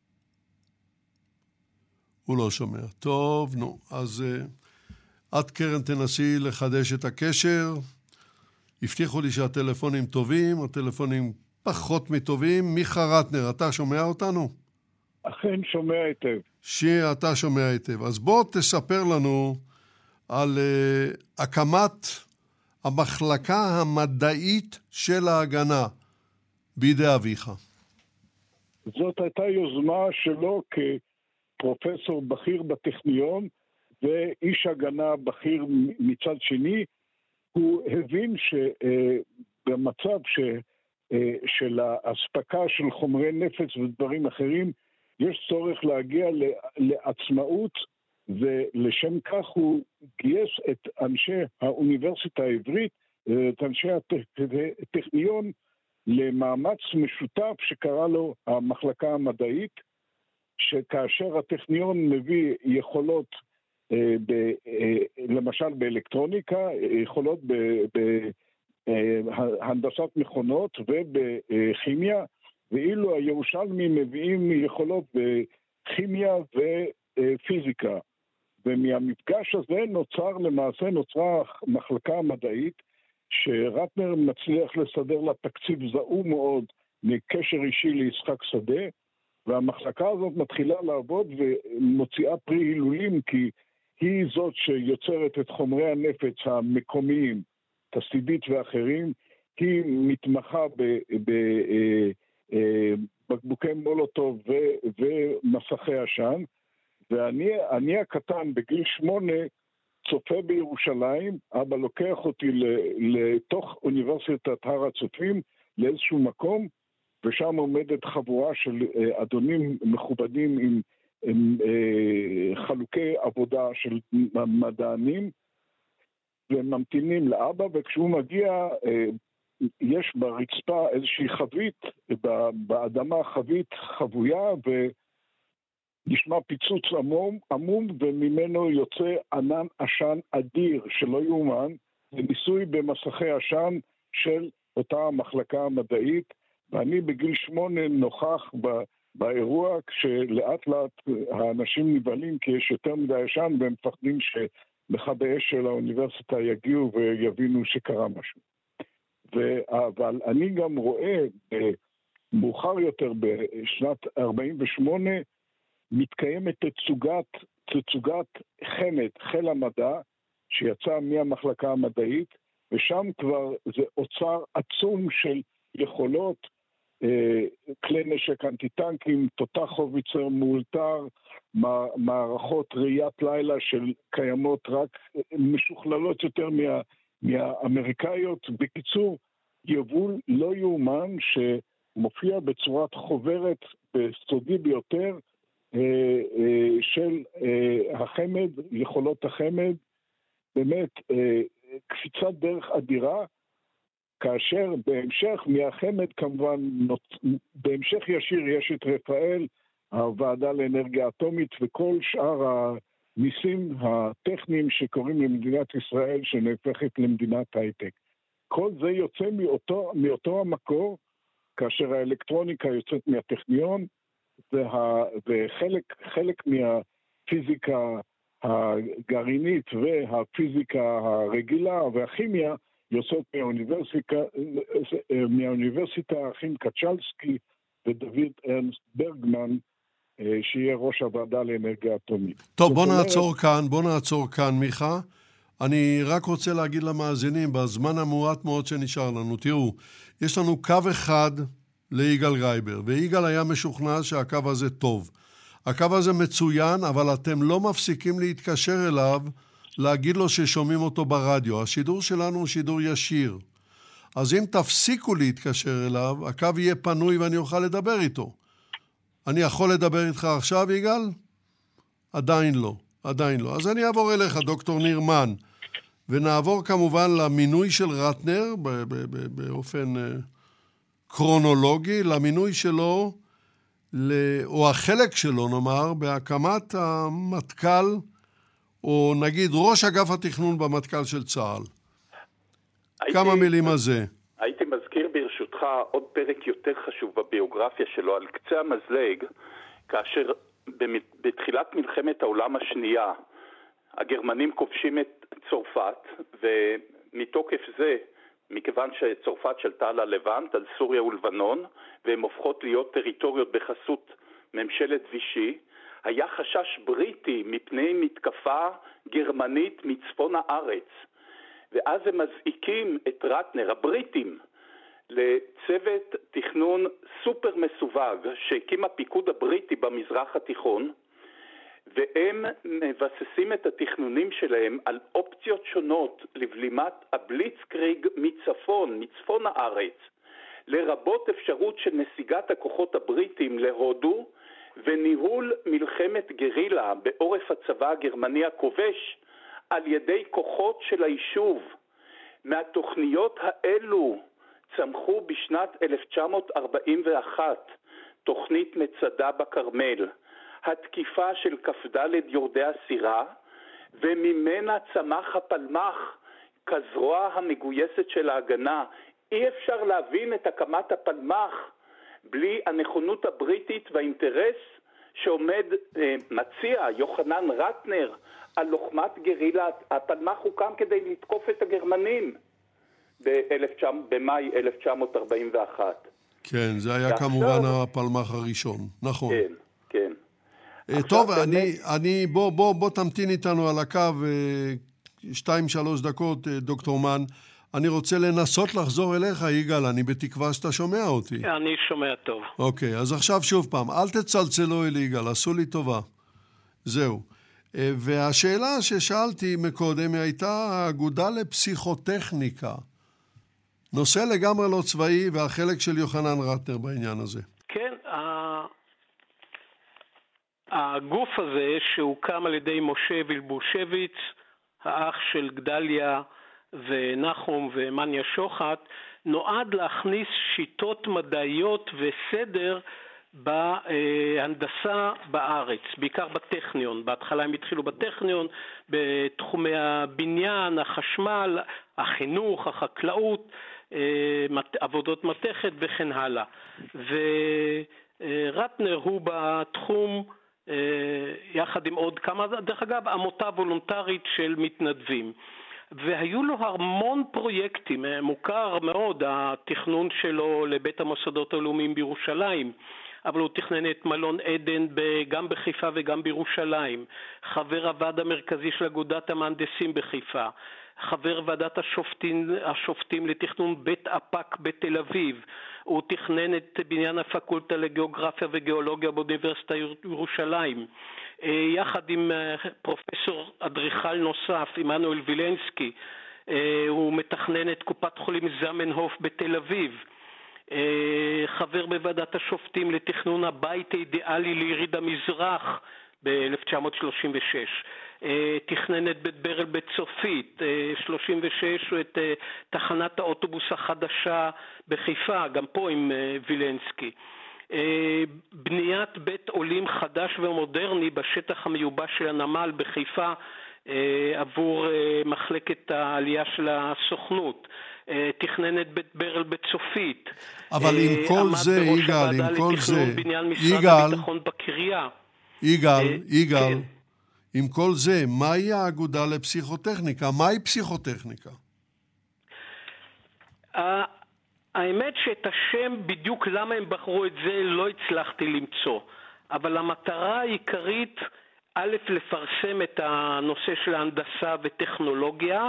הוא לא שומע. טוב, נו. אז את קרן תנסי לחדש את הקשר. הבטיחו לי שהטלפונים טובים, הטלפונים פחות מטובים. מיכה רטנר, אתה שומע אותנו? אכן שומע היטב. אתה שומע היטב. אז בוא תספר לנו על הקמת המחלקה המדעית של ההגנה בידי אביך? זאת הייתה יוזמה שלו כפרופסור בכיר בטכניון ואיש הגנה בכיר מצד שני. הוא הבין שבמצב של ההספקה של חומרי נפץ ודברים אחרים, יש צורך להגיע לעצמאות, ולשם כך הוא גייס את אנשי האוניברסיטה העברית, את אנשי הטכניון, למאמץ משותף שקרא לו המחלקה המדעית, שכאשר הטכניון מביא יכולות, למשל באלקטרוניקה, יכולות בהנדסת מכונות ובכימיה, ואילו הירושלמים מביאים יכולות בכימיה ופיזיקה. ומהמפגש הזה נוצרה מחלקה מדעית, שרטנר מצליח לסדר לה תקציב זעום מאוד מקשר אישי ליצחק שדה, והמחלקה הזאת מתחילה לעבוד ומוציאה פרי הילולים, כי היא זאת שיוצרת את חומרי הנפץ המקומיים, תסידית ואחרים. היא מתמחה בבקבוקי מולוטוב ומסכי עשן, ואני הקטן בגיל 8 צופה בירושלים. אבא לוקח אותי לתוך אוניברסיטת הר הצופים לאיזשהו מקום, ושם עומדת חבורה של אדונים מכובדים עם חלוקי עבודה של מדענים, וממתינים לאבא, וכשהוא מגיע יש ברצפה איזושהי חבית, באדמה חבית חבויה, ונשמע פיצוץ עמום, וממנו יוצא ענן עשן אדיר שלא יאומן. זה ניסוי במסכי עשן של אותה המחלקה המדעית, ואני בגיל 8 נוכח באירוע, כשלאט לאט האנשים נבהלים כי יש יותר מדי עשן, והם מפחדים שמכבי אש של האוניברסיטה יגיעו ויבינו שקרה משהו. אבל אני גם רואה מאוחר יותר בשנת 48 מתקיימת תצוגת חמד, חיל המדע, שיצא מהמחלקה המדעית, ושם כבר זה אוצר עצום של יכולות, כלי נשק אנטי-טנקים, תותח הוביצר מאולתר, מערכות ראיית לילה של קיימות רק משוכללות יותר מהאמריקאיות. בקיצור, יבול לא יאומן שמופיע בצורת חוברת בסודי ביותר של החמד, יכולות החמד, באמת קפיצת דרך אדירה, כאשר בהמשך מהחמד כמובן, בהמשך ישיר יש את רפאל, הוועדה לאנרגיה אטומית וכל שאר הניסים הטכניים שקוראים למדינת ישראל שנהפכת למדינת הייטק. כל זה יוצא מאותו המקור, כאשר האלקטרוניקה יוצאת מהטכניון, וחלק מהפיזיקה הגרעינית והפיזיקה הרגילה והכימיה יוצאות מהאוניברסיטה האחים קצ'לסקי ודוד ארנסט ברגמן, שיהיה ראש הוועדה לאנרגיה אטומית. טוב, בוא נעצור כאן, מיכה. אני רק רוצה להגיד למאזינים, בזמן המועט מאוד שנשאר לנו, תראו, יש לנו קו אחד ליגאל גרייבר, ויגאל היה משוכנע שהקו הזה טוב. הקו הזה מצוין, אבל אתם לא מפסיקים להתקשר אליו, להגיד לו ששומעים אותו ברדיו. השידור שלנו הוא שידור ישיר. אז אם תפסיקו להתקשר אליו, הקו יהיה פנוי ואני אוכל לדבר איתו. אני יכול לדבר איתך עכשיו, יגאל? עדיין לא. אז אני אעבור אליך, דוקטור נירמן, ונעבור כמובן למינוי של רטנר, באופן קרונולוגי, למינוי שלו, או החלק שלו, נאמר, בהקמת המטכ"ל, או נגיד ראש אגף התכנון במטכ"ל של צה"ל. כמה מילים על זה. הייתי מזכיר ברשותך עוד פרק יותר חשוב בביוגרפיה שלו, על קצה המזלג, כאשר בתחילת מלחמת העולם השנייה, הגרמנים כובשים את צרפת, ומתוקף זה, מכיוון שצרפת שלטה על הלבנט, על סוריה ולבנון, והן הופכות להיות טריטוריות בחסות ממשלת וישי, היה חשש בריטי מפני מתקפה גרמנית מצפון הארץ. ואז הם מזעיקים את רטנר, הבריטים, לצוות תכנון סופר מסווג שהקים הפיקוד הבריטי במזרח התיכון, והם מבססים את התכנונים שלהם על אופציות שונות לבלימת הבליצקריג מצפון הארץ, לרבות אפשרות של נסיגת הכוחות הבריטים להודו וניהול מלחמת גרילה בעורף הצבא הגרמני הכובש על ידי כוחות של היישוב. מהתוכניות האלו צמחו בשנת 1941 תוכנית מצדה בכרמל, התקיפה של כ"ד יורדי הסירה, וממנה צמח הפלמ"ח כזרוע המגויסת של ההגנה. אי אפשר להבין את הקמת הפלמ"ח בלי הנכונות הבריטית והאינטרס שעומד מציע יוחנן רטנר על לוחמת גרילה. הפלמ"ח הוקם כדי לתקוף את הגרמנים במאי 1941. כן, זה היה כמובן הפלמ"ח הראשון, נכון. כן, כן. טוב, בוא תמתין איתנו על הקו 2-3 דקות, דוקטור מן. אני רוצה לנסות לחזור אליך, יגאל, אני בתקווה שאתה שומע אותי. אני שומע טוב. אוקיי, אז עכשיו שוב פעם, אל תצלצלו אל יגאל, עשו לי טובה. זהו. והשאלה ששאלתי מקודם הייתה האגודה לפסיכוטכניקה. נושא לגמרי לא צבאי, והחלק של יוחנן רטנר בעניין הזה. כן, הגוף הזה שהוקם על ידי משה וילבושביץ, האח של גדליה ונחום ומניה שוחט, נועד להכניס שיטות מדעיות וסדר בהנדסה בארץ, בעיקר בטכניון. בהתחלה הם התחילו בטכניון, בתחומי הבניין, החשמל, החינוך, החקלאות, עבודות מתכת וכן הלאה. ורטנר הוא בתחום יחד עם עוד כמה, דרך אגב, עמותה וולונטרית של מתנדבים. והיו לו המון פרויקטים, מוכר מאוד התכנון שלו לבית המוסדות הלאומיים בירושלים, אבל הוא תכנן את מלון עדן גם בחיפה וגם בירושלים, חבר הוועד המרכזי של אגודת המהנדסים בחיפה, חבר ועדת השופטים לתכנון בית אפק בתל אביב, הוא תכנן את בניין הפקולטה לגיאוגרפיה וגיאולוגיה באוניברסיטת ירושלים, יחד עם פרופסור אדריכל נוסף, עמנואל וילנסקי, הוא מתכנן את קופת חולים זמנהוף בתל אביב, חבר בוועדת השופטים לתכנון הבית האידיאלי ליריד המזרח ב-1936, תכנן את בית ברל בצופית, 36 את תחנת האוטובוס החדשה בחיפה, גם פה עם וילנסקי, בניית בית עולים חדש ומודרני בשטח המיובש של הנמל בחיפה עבור מחלקת העלייה של הסוכנות, תכנן את בית ברל בצופית. אבל עם כל זה, יגאל, עם כל זה, יגאל, עם כל זה, מהי האגודה לפסיכוטכניקה? מהי פסיכוטכניקה? האמת שאת השם בדיוק למה הם בחרו את זה לא הצלחתי למצוא, אבל המטרה העיקרית א', לפרסם את הנושא של ההנדסה וטכנולוגיה,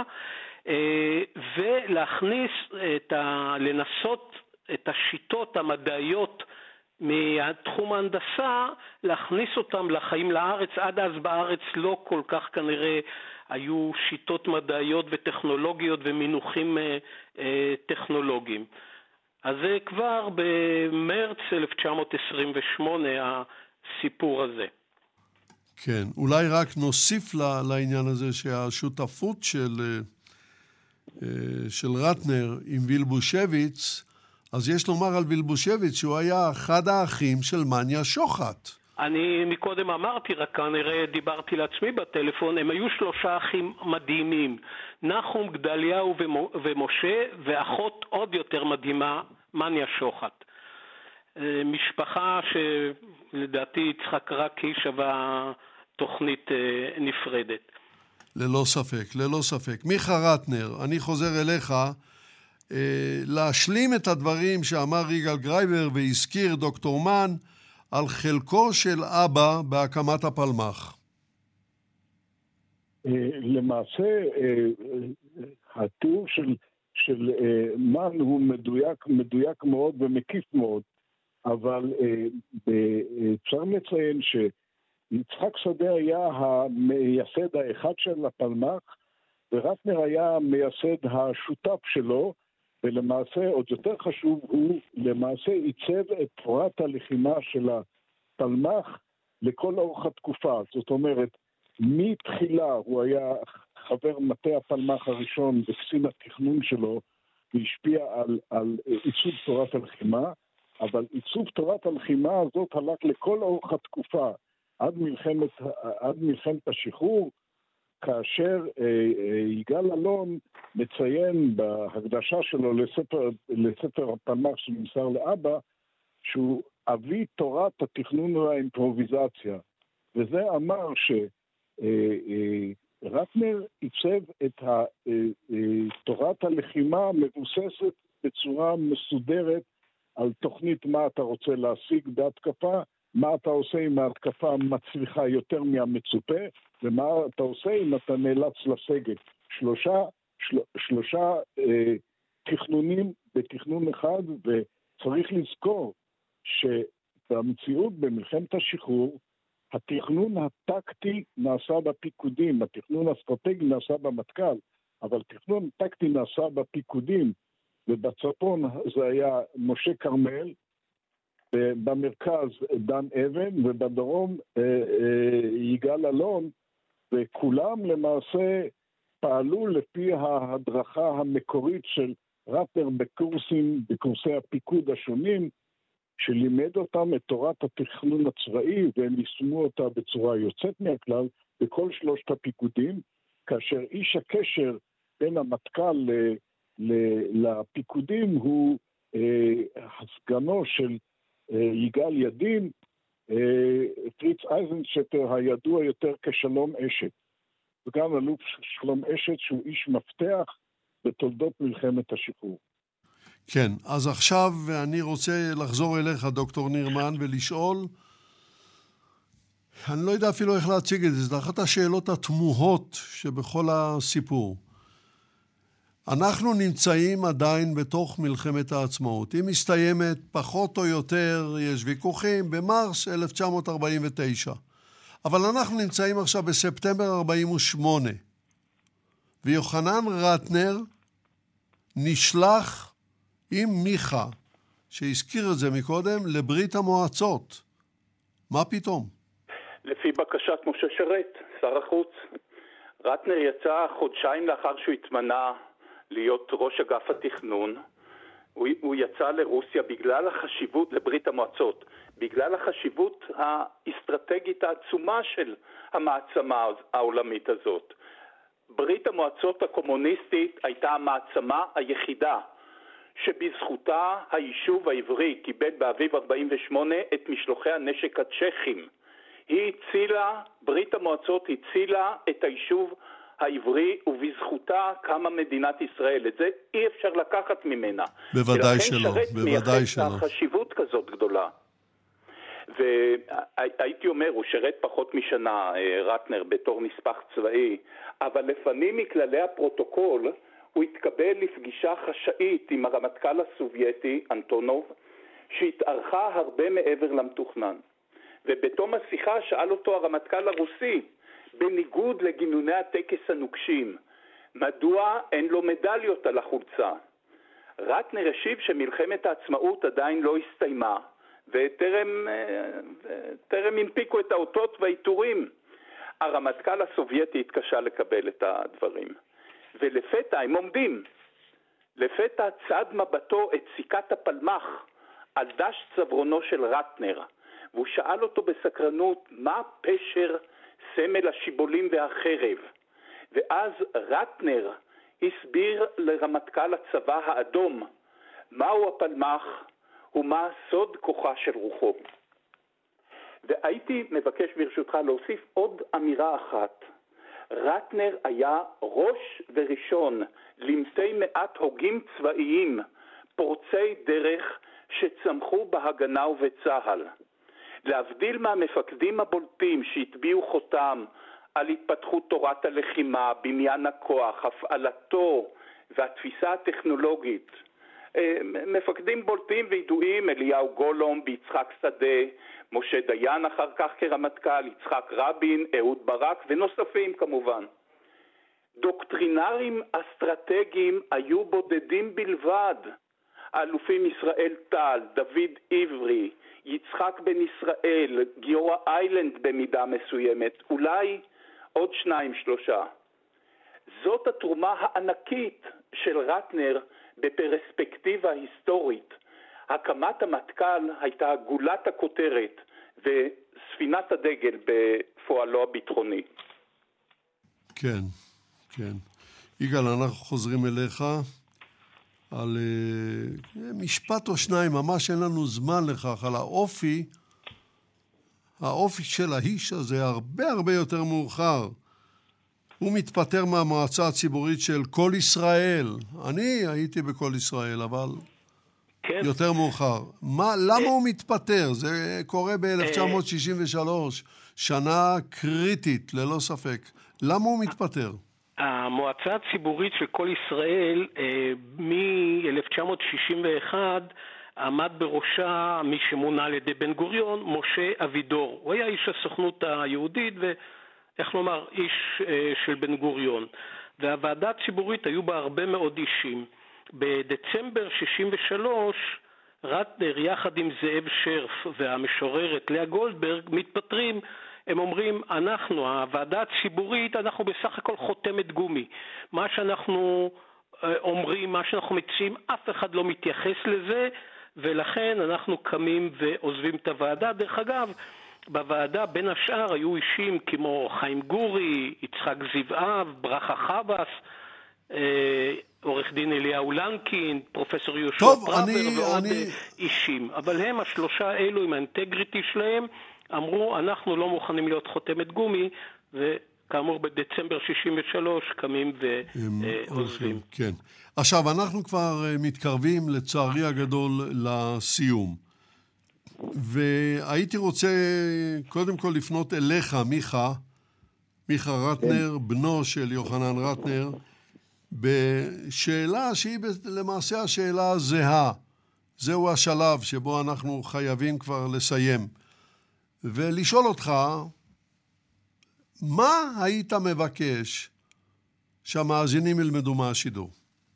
ולהכניס לנסות את השיטות המדעיות מתחום ההנדסה, להכניס אותם לחיים לארץ. עד אז בארץ לא כל כך כנראה היו שיטות מדעיות וטכנולוגיות ומינוחים טכנולוגיים. אז זה כבר במרץ 1928 הסיפור הזה. כן, אולי רק נוסיף לעניין הזה שהשותפות של רטנר עם וילבושביץ, אז יש לומר על וילבושביץ שהוא היה אחד האחים של מניה שוחט. אני מקודם אמרתי, רק כנראה דיברתי לעצמי בטלפון, הם היו 3 אחים מדהימים, נחום, גדליהו ומשה, ואחות עוד יותר מדהימה, מניה שוחט. משפחה שלדעתי יצחק רקי שווה תוכנית נפרדת. ללא ספק, ללא ספק. מיכה רטנר, אני חוזר אליך להשלים את הדברים שאמר יגאל גרייבר והזכיר דוקטור מן על חלקו של אבא בהקמת הפלמ"ח. למעשה, התיאור של מן הוא מדויק מאוד ומקיף מאוד, אבל אפשר לציין שיצחק שדה היה המייסד האחד של הפלמ"ח, ורטנר היה המייסד השותף שלו, ולמעשה, עוד יותר חשוב, הוא למעשה עיצב את תורת הלחימה של הפלמ"ח לכל אורך התקופה. זאת אומרת, מתחילה הוא היה חבר מטה הפלמ"ח הראשון וקצין התכנון שלו, והשפיע על עיצוב תורת הלחימה, אבל עיצוב תורת הלחימה הזאת הלך לכל אורך התקופה, עד מלחמת השחרור, כאשר יגאל אלון מציין בהקדשה שלו לספר הפלמ"ח שנמסר לאבא, שהוא אבי תורת התכנון והאימפרוביזציה. וזה אמר שרטנר עיצב את תורת הלחימה מבוססת בצורה מסודרת על תוכנית מה אתה רוצה להשיג בהתקפה, מה אתה עושה אם ההתקפה מצליחה יותר מהמצופה, ומה אתה עושה אם אתה נאלץ לסגת. שלושה תכנונים בתכנון אחד, וצריך לזכור שבמציאות במלחמת השחרור, התכנון הטקטי נעשה בפיקודים, התכנון האסטרטגי נעשה במטכ"ל, אבל תכנון טקטי נעשה בפיקודים, ובצפון זה היה משה כרמל, במרכז דן אבן, ובדרום יגאל אלון, וכולם למעשה פעלו לפי ההדרכה המקורית של רטנר בקורסי הפיקוד השונים, שלימד אותם את תורת התכנון הצבאי, והם יישמו אותה בצורה יוצאת מהכלל בכל שלושת הפיקודים, כאשר איש הקשר בין המטכ"ל לפיקודים הוא הסגנו של יגאל ידין, פריץ אייזנשטר הידוע יותר כשלום אשת, וגם אלוף שלום אשת שהוא איש מפתח בתולדות מלחמת השחרור. כן, אז עכשיו אני רוצה לחזור אליך, דוקטור נירמן, ולשאול, אני לא יודע אפילו איך להציג את זה, זו אחת השאלות התמוהות שבכל הסיפור. אנחנו נמצאים עדיין בתוך מלחמת העצמאות. היא מסתיימת פחות או יותר, יש ויכוחים, במרס 1949. אבל אנחנו נמצאים עכשיו בספטמבר 48. ויוחנן רטנר נשלח עם מיכה, שהזכיר את זה מקודם, לברית המועצות. מה פתאום? לפי בקשת משה שרת, שר החוץ. רטנר יצא חודשיים לאחר שהוא התמנה להיות ראש אגף התכנון. הוא יצא לרוסיה בגלל החשיבות, לברית המועצות, בגלל החשיבות האסטרטגית העצומה של המעצמה העולמית הזאת. ברית המועצות הקומוניסטית הייתה המעצמה היחידה שבזכותה היישוב העברי קיבל באביב 48 את משלוחי הנשק הצ'כים. ברית המועצות הצילה את היישוב העברי, ובזכותה קמה מדינת ישראל. את זה אי אפשר לקחת ממנה. בוודאי שלא, בוודאי שלא. חשיבות כזאת גדולה. והייתי אומר, הוא שרת פחות משנה, רטנר, בתור נספח צבאי, אבל לפנים מכללי הפרוטוקול, הוא התקבל לפגישה חשאית עם הרמטכ"ל הסובייטי, אנטונוב, שהתארכה הרבה מעבר למתוכנן. ובתום השיחה שאל אותו הרמטכ"ל הרוסי, בניגוד לגינוני הטקס הנוקשים, מדוע אין לו מדליות על החולצה? רטנר השיב שמלחמת העצמאות עדיין לא הסתיימה, וטרם הנפיקו את האותות והעיטורים. הרמטכ"ל הסובייטי התקשה לקבל את הדברים. ולפתע הם עומדים. לפתע צד מבטו את סיכת הפלמ"ח על דש צווארונו של רטנר, והוא שאל אותו בסקרנות מה פשר סמל השיבולים והחרב. ואז רטנר הסביר לרמטכ"ל הצבא האדום מהו הפלמ"ח ומה סוד כוחה של רוחו. והייתי מבקש ברשותך להוסיף עוד אמירה אחת. רטנר היה ראש וראשון למתי מעט הוגים צבאיים פורצי דרך שצמחו בהגנה ובצהל. להבדיל מהמפקדים הבולטים שהטביעו חותם על התפתחות תורת הלחימה, בניין הכוח, הפעלתו והתפיסה הטכנולוגית. מפקדים בולטים וידועים, אליהו גולומב, יצחק שדה, משה דיין אחר כך כרמטכ"ל, יצחק רבין, אהוד ברק ונוספים כמובן. דוקטרינרים אסטרטגיים היו בודדים בלבד. האלופים ישראל טל, דוד עברי, יצחק בן ישראל, גיורא איילנד במידה מסוימת, אולי עוד 2-3. זאת התרומה הענקית של רטנר בפרספקטיבה היסטורית. הקמת המטכ"ל הייתה גולת הכותרת וספינת הדגל בפועלו הביטחוני. כן, כן. יגאל, אנחנו חוזרים אליך על משפט או שניים, ממש אין לנו זמן לכך, על האופי של האיש הזה הרבה יותר מאוחר. הוא מתפטר מהמועצה הציבורית של כל ישראל. אני הייתי בכל ישראל, אבל כן. יותר מאוחר. למה הוא מתפטר? זה קורה ב-1963, שנה קריטית, ללא ספק. למה הוא מתפטר? המועצה הציבורית של כל ישראל מ-1961 עמד בראשה מי שמונה על ידי בן גוריון, משה אבידור. הוא היה איש הסוכנות היהודית ואיך לומר, איש של בן גוריון. והוועדה הציבורית היו בה הרבה מאוד אישים. בדצמבר 63 רטנר יחד עם זאב שרף והמשוררת לאה גולדברג מתפטרים. הם אומרים, הוועדה הציבורית, אנחנו בסך הכל חותמת גומי. מה שאנחנו אומרים, מה שאנחנו מציעים, אף אחד לא מתייחס לזה, ולכן אנחנו קמים ועוזבים את הוועדה. דרך אגב, בוועדה בין השאר היו אישים כמו חיים גורי, יצחק זיו-אב, ברכה חבס, עורך דין אליהו לנקין, פרופסור יהושע פראבר ועוד אישים. אבל הם השלושה אלו עם האינטגריטי שלהם, אמרו, אנחנו לא מוכנים להיות חותמת גומי, וכאמור בדצמבר 63 קמים ועוזבים. כן. עכשיו, אנחנו כבר מתקרבים לצערי הגדול לסיום. והייתי רוצה קודם כל לפנות אליך, מיכה רטנר, בנו של יוחנן רטנר, בשאלה שהיא למעשה השאלה הזהה. זהו השלב שבו אנחנו חייבים כבר לסיים. ולשאול אותך, מה היית מבקש שהמאזינים ילמדו מהשידור?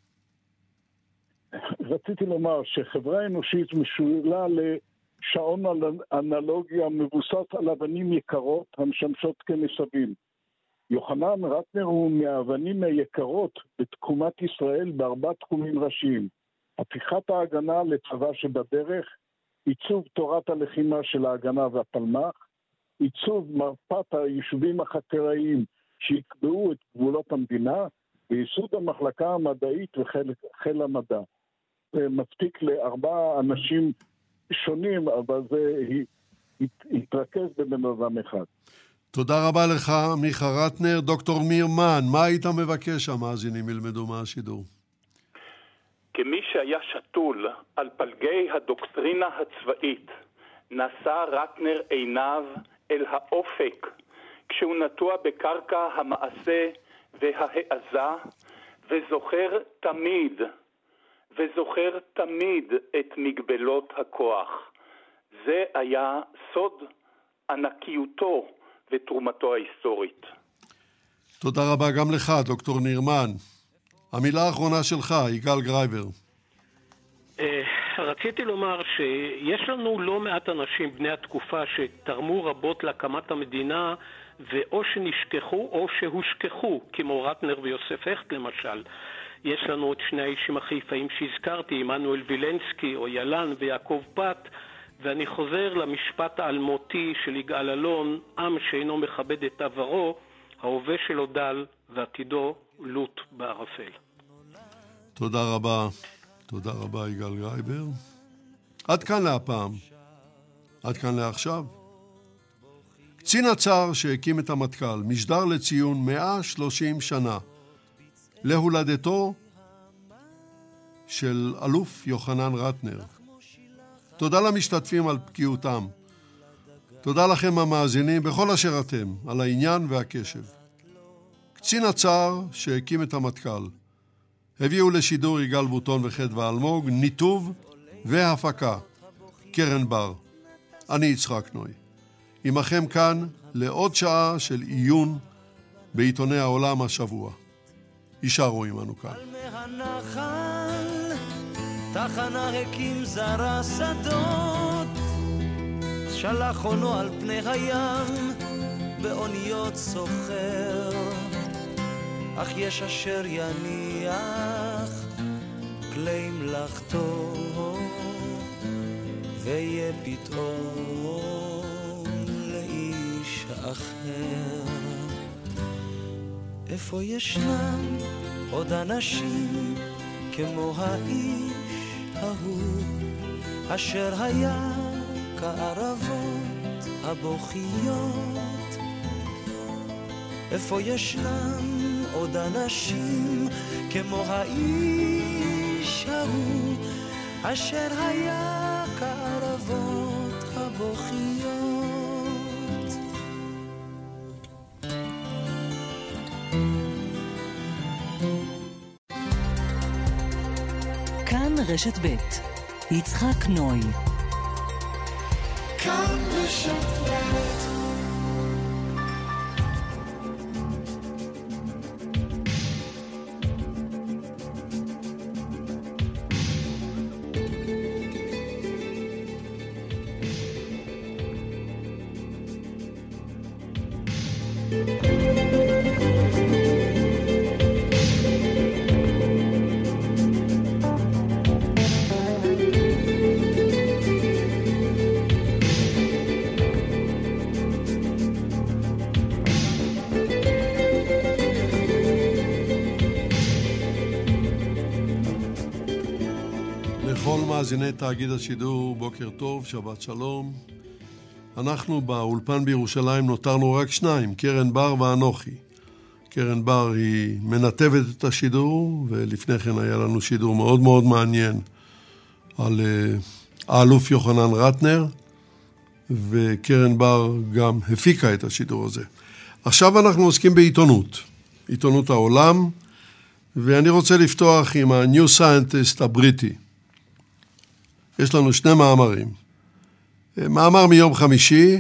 רציתי לומר שחברה אנושית משולה לשעון אנלוגיה מבוסס על אבנים יקרות המשמשות כנסבים. יוחנן רטנר הוא מהאבנים היקרות בתקומת ישראל בארבע תחומים ראשיים. הפיכת ההגנה לצבא שבדרך, עיצוב תורת הלחימה של ההגנה והפלמ"ח, עיצוב מפת היישובים החקלאיים שיקבעו את גבולות המדינה, וייסוד המחלקה המדעית וחיל המדע. זה מספיק לארבעה אנשים שונים, אבל זה התרכז בבן אדם אחד. תודה רבה לך, מיכה רטנר. דוקטור מירמן, מה היית מבקש שהמאזינים ילמדו מהשידור? כמי שהיה שתול על פלגי הדוקטרינה הצבאית, נשא רטנר עיניו אל האופק, כשהוא נטוע בקרקע המעשה וההעזה, וזוכר תמיד את מגבלות הכוח. זה היה סוד ענקיותו ותרומתו ההיסטורית. תודה רבה גם לך, דוקטור נירמן. המילה האחרונה שלך, יגאל גרייבר. רציתי לומר שיש לנו לא מעט אנשים בני התקופה שתרמו רבות להקמת המדינה, ואו שנשכחו או שהושכחו, כמו רטנר ויוסף הכט למשל. יש לנו את שני האישים החיפאים שהזכרתי, עמנואל וילנסקי או ילן ויעקב פת, ואני חוזר למשפט האלמותי של יגאל אלון, עם שאינו מכבד את עברו, ההווה שלו דל ועתידו לוט בערפל. תודה רבה יגאל גרייבר. עד כאן להפעם, עד כאן לעכשיו. קצין הצער שהקים את המטכ"ל, משדר לציון 130 שנה להולדתו של אלוף יוחנן רטנר. תודה למשתתפים על בקיאותם. תודה לכם המאזינים בכל אשר אתם, על העניין והקשב. קצין הצער שהקים את המטכ"ל, הביאו לשידור יגאל בוטון וחדווה אלמוג, ניתוב והפקה, קרן בר. אני יצחק נוי. עמכם כאן לעוד שעה של עיון בעיתוני העולם השבוע. יישארו עמנו כאן. על מהנחל, תחנה הקים זרה שדות, שלח עונו על פני הים, באוניות סוחר. אך יש אשר יניח כלי מלאכתו, ויהיה פתאום לאיש אחר. איפה ישנם עוד אנשים כמו האיש ההוא, אשר היה כערבות הבוכיות? איפה ישנם עוד אנשים כמו האיש ההוא, אשר היה כערבות הבוכיות? כאן רשת ב' יצחק נוי. כאן רשת ב'. לכל מאזיני תאגיד השידור, בוקר טוב, שבת שלום. אנחנו באולפן בירושלים נותרנו רק שניים, קרן בר ואנוכי. קרן בר היא מנתבת את השידור, ולפני כן היה לנו שידור מאוד מאוד מעניין על האלוף יוחנן רטנר, וקרן בר גם הפיקה את השידור הזה. עכשיו אנחנו עוסקים בעיתונות, עיתונות העולם, ואני רוצה לפתוח עם ה-New Scientist הבריטי. יש לנו שני מאמרים. מאמר מיום חמישי,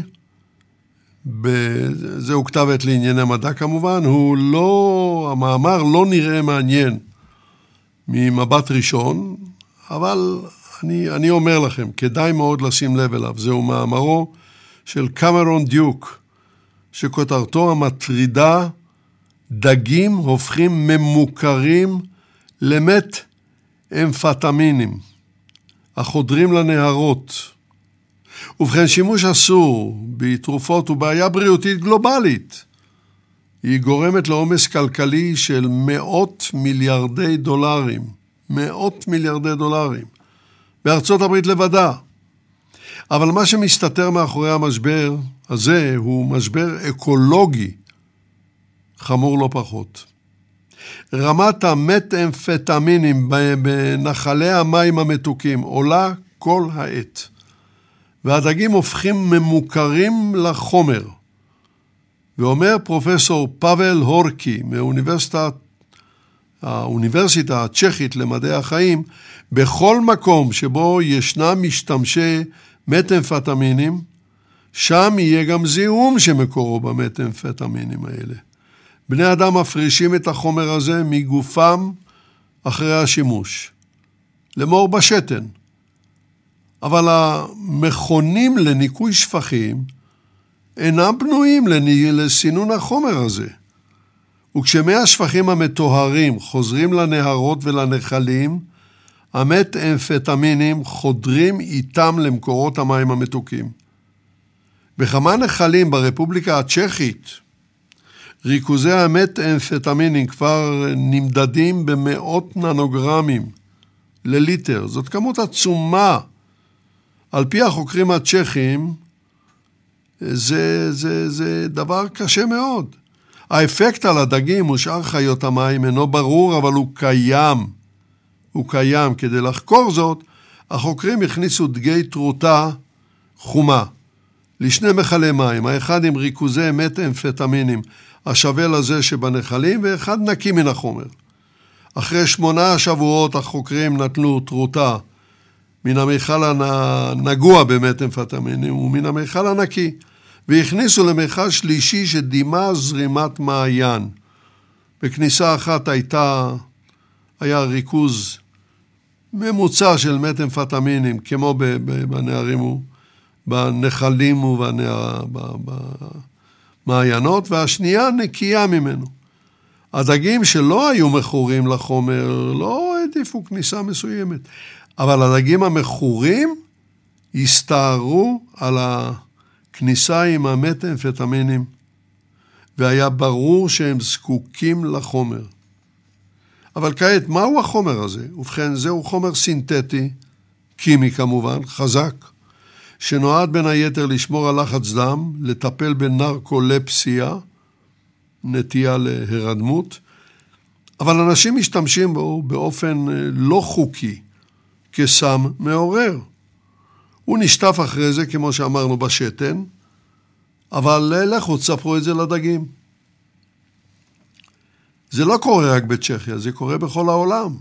זהו כתב עת לענייני מדע כמובן, המאמר לא נראה מעניין ממבט ראשון, אבל אני אומר לכם, כדאי מאוד לשים לב אליו. זהו מאמרו של קמרון דיוק, שכותרתו המטרידה, דגים הופכים ממוכרים למת אמפטמינים, החודרים לנהרות. ובכן, שימוש אסור בתרופות הוא בעיה בריאותית גלובלית. היא גורמת לעומס כלכלי של מאות מיליארדי דולרים. בארצות הברית לבדה. אבל מה שמסתתר מאחורי המשבר הזה הוא משבר אקולוגי חמור לא פחות. רמת המתאמפטמינים בנחלי המים המתוקים עולה כל העת. והדגים הופכים ממוכרים לחומר. ואומר פרופסור פאבל הורקי מהאוניברסיטה הצ'כית למדעי החיים, בכל מקום שבו ישנם משתמשי מתאמפטמינים, שם יהיה גם זיהום שמקורו במתאמפטמינים האלה. בני אדם מפרישים את החומר הזה מגופם אחרי השימוש, למור בשתן. אבל המכונים לניקוי שפכים אינם בנויים לסינון החומר הזה. וכשמי השפכים המטוהרים חוזרים לנהרות ולנחלים, המתאמפטמינים חודרים איתם למקורות המים המתוקים. בכמה נחלים ברפובליקה הצ'כית, ריכוזי המתאמפטמינים כבר נמדדים במאות ננוגרמים לליטר. זאת כמות עצומה. על פי החוקרים הצ'כים, זה דבר קשה מאוד. האפקט על הדגים ושאר חיות המים אינו ברור, אבל הוא קיים. כדי לחקור זאת, החוקרים הכניסו דגי טרוטה חומה לשני מכלי מים, האחד עם ריכוזי מתאמפטמינים השווה לזה שבנחלים, ואחד נקי מן החומר. אחרי 8 שבועות החוקרים נטלו תרותה מן המיכל הנגוע במתאמפטמינים ומן המיכל הנקי, והכניסו למיכל שלישי שדימה זרימת מעיין. בכניסה אחת היה ריכוז ממוצע של מתאמפטמינים, כמו בנהרים בנחלים ובמעיינות, והשנייה נקייה ממנו. הדגים שלא היו מכורים לחומר לא העדיפו כניסה מסוימת, אבל הדגים המכורים הסתערו על הכניסה עם המתאמפטמינים, והיה ברור שהם זקוקים לחומר. אבל כעת, מהו החומר הזה? ובכן, זהו חומר סינתטי, קימי כמובן, חזק, שנועד בין היתר לשמור על לחץ דם, לטפל בנרקולפסיה, נטייה להירדמות, אבל אנשים משתמשים בו באופן לא חוקי, כסם מעורר. הוא נשטף אחרי זה, כמו שאמרנו, בשתן, אבל לכו תספרו את זה לדגים. זה לא קורה רק בצ'כיה, זה קורה בכל העולם.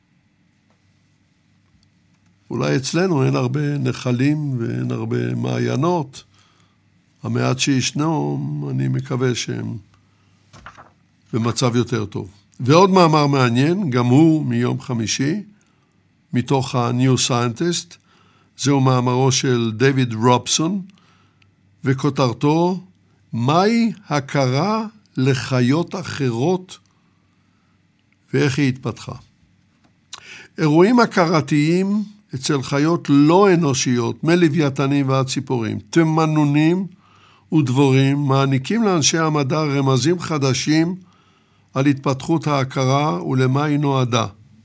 אולי אצלנו אין הרבה נחלים ואין הרבה מעיינות. המעט שישנו, אני מקווה שהם במצב יותר טוב. ועוד מאמר מעניין, גם הוא מיום חמישי, מתוך ה-New Scientist, זהו מאמרו של דיוויד רובסון, וכותרתו, מהי הכרה לחיות אחרות ואיך היא התפתחה. אירועים הכרתיים אצל חיות לא אנושיות, מלוויתנים ועד ציפורים, תמנונים ודבורים, מעניקים לאנשי המדע רמזים חדשים על התפתחות ההכרה ולמה היא נועדה.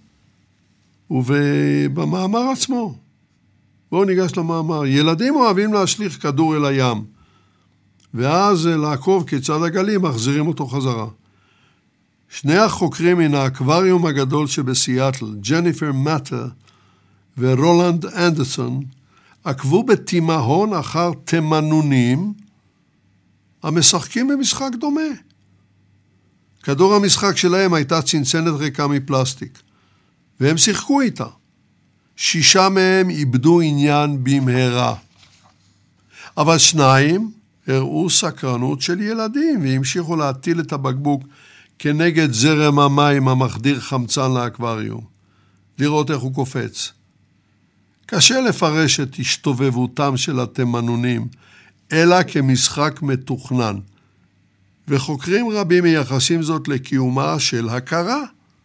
ובמאמר עצמו, בואו ניגש למאמר, ילדים אוהבים להשליך כדור אל הים, ואז לעקוב כיצד הגלים מחזירים אותו חזרה. שני החוקרים מן האקווריום הגדול שבסיאטל, ג'ניפר מטה ורולנד אנדרסון, עקבו בתימהון אחר תמנונים המשחקים במשחק דומה. כדור המשחק שלהם הייתה צנצנת ריקה מפלסטיק, והם שיחקו איתה. 6 מהם איבדו עניין במהרה. אבל 2 הראו סקרנות של ילדים, והמשיכו להטיל את הבקבוק כנגד זרם המים המחדיר חמצן לאקווריום, לראות איך הוא קופץ. קשה לפרש את השתובבותם של התמנונים, אלא כמשחק מתוכנן, וחוקרים רבים מייחסים זאת לקיומה של הכרה.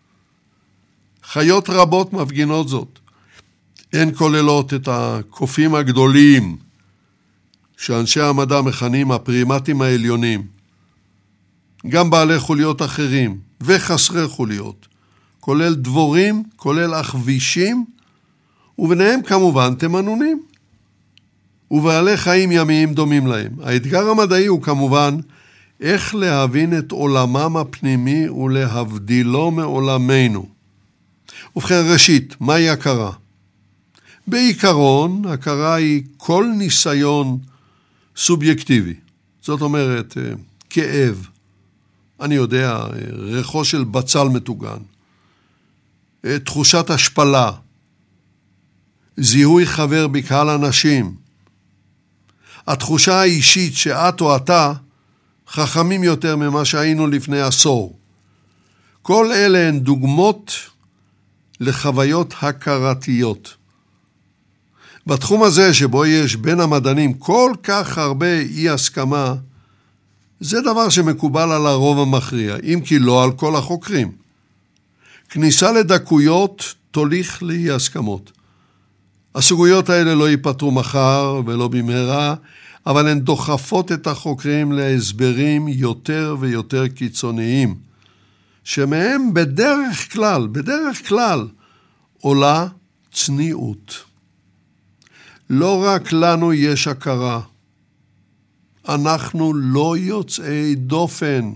חיות רבות מפגינות זאת. הן כוללות את הקופים הגדולים, שאנשי המדע מכנים הפרימטים העליונים, גם בעלי חוליות אחרים וחסרי חוליות, כולל דבורים, כולל אכבישים, וביניהם כמובן תמנונים, ובעלי חיים ימיים דומים להם. האתגר המדעי הוא כמובן איך להבין את עולמם הפנימי ולהבדילו מעולמנו. ובכן, ראשית, מהי הכרה? בעיקרון, הכרה היא כל ניסיון סובייקטיבי. זאת אומרת, כאב, אני יודע, ריחו של בצל מטוגן, תחושת השפלה, זיהוי חבר בקהל אנשים, התחושה האישית שאת או אתה חכמים יותר ממה שהיינו לפני עשור. כל אלה הן דוגמות לחוויות הכרתיות. בתחום הזה שבו יש בין המדענים כל כך הרבה אי הסכמה, זה דבר שמקובל על הרוב המכריע, אם כי לא על כל החוקרים. כניסה לדקויות תוליך לאי הסכמות. הסוגיות האלה לא ייפתרו מחר ולא במהרה, אבל הן דוחפות את החוקרים להסברים יותר ויותר קיצוניים, שמהם בדרך כלל עולה צניעות. לא רק לנו יש הכרה, אנחנו לא יוצאי דופן.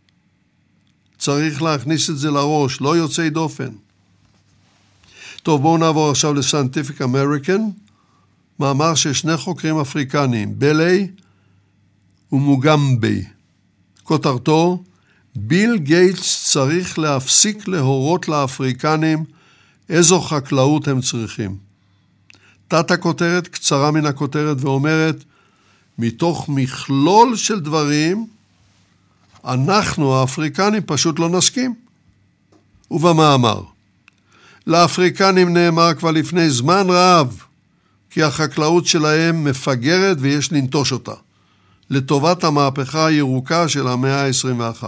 צריך להכניס את זה לראש, לא יוצאי דופן. טוב, בואו נעבור עכשיו ל-Scientific American, מאמר של שני חוקרים אפריקנים, בלי ומוגמבי. כותרתו, ביל גייטס צריך להפסיק להורות לאפריקנים איזו חקלאות הם צריכים. תת הכותרת קצרה מן הכותרת ואומרת, מתוך מכלול של דברים, אנחנו האפריקנים פשוט לא נסכים. ובמאמר, לאפריקנים נאמר כבר לפני זמן רב, כי החקלאות שלהם מפגרת ויש לנטוש אותה, לטובת המהפכה הירוקה של המאה ה-21.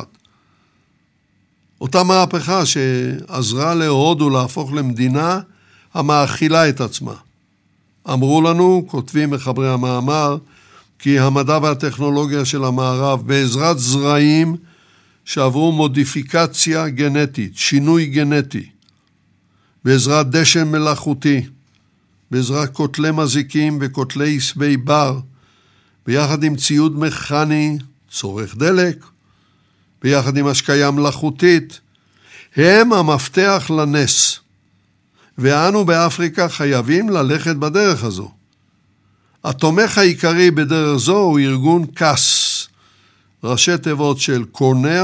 אותה מהפכה שעזרה להודו להפוך למדינה המאכילה את עצמה. אמרו לנו, כותבים מחברי המאמר, כי המדע והטכנולוגיה של המערב בעזרת זרעים שעברו מודיפיקציה גנטית, שינוי גנטי, בעזרת דשן מלאכותי, בעזרת כותלי מזיקים וכותלי עשבי בר, ביחד עם ציוד מכני, צורך דלק, ביחד עם השקיה מלאכותית, הם המפתח לנס. ואנו באפריקה חייבים ללכת בדרך הזו. התומך העיקרי בדרך זו הוא ארגון קאס, ראשי תיבות של קורנל,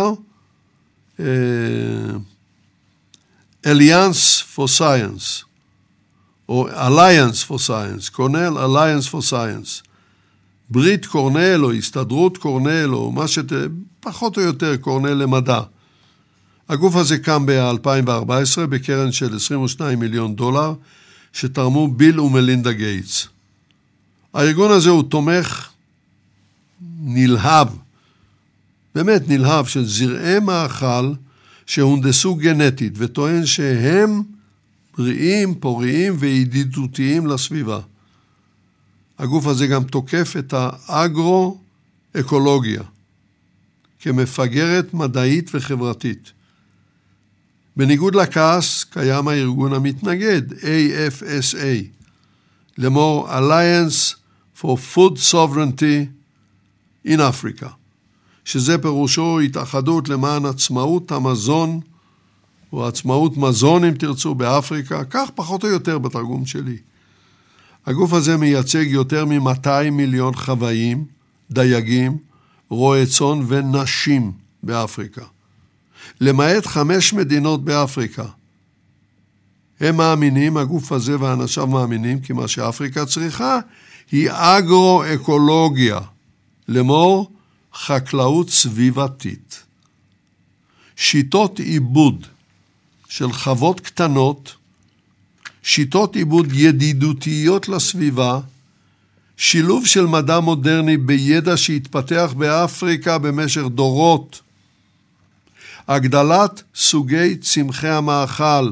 Alliance for Science, או Alliance for Science, קורנל Alliance for Science. ברית קורנל או הסתדרות קורנל או מה פחות או יותר קורנל למדע. הגוף הזה קם ב-2014 בקרן של $22 מיליון שתרמו ביל ומלינדה גייטס. הארגון הזה הוא תומך נלהב, באמת נלהב, של זרעי מאכל שהונדסו גנטית וטוען שהם בריאים, פוריים וידידותיים לסביבה. הגוף הזה גם תוקף את האגרו-אקולוגיה כמפגרת מדעית וחברתית. בניגוד לכעס קיים הארגון המתנגד, AFSA, לאמור Alliance for Food Sovereignty in Africa, שזה פירושו התאחדות למען עצמאות המזון, או עצמאות מזון אם תרצו באפריקה, כך פחות או יותר בתרגום שלי. הגוף הזה מייצג יותר מ-200 מיליון חוואים, דייגים, רועי צאן ונשים באפריקה. למעט 5 מדינות באפריקה. הם מאמינים, הגוף הזה ואנשיו מאמינים, כי מה שאפריקה צריכה היא אגרו-אקולוגיה, לאמור חקלאות סביבתית. שיטות עיבוד של חוות קטנות, שיטות עיבוד ידידותיות לסביבה, שילוב של מדע מודרני בידע שהתפתח באפריקה במשך דורות, הגדלת סוגי צמחי המאכל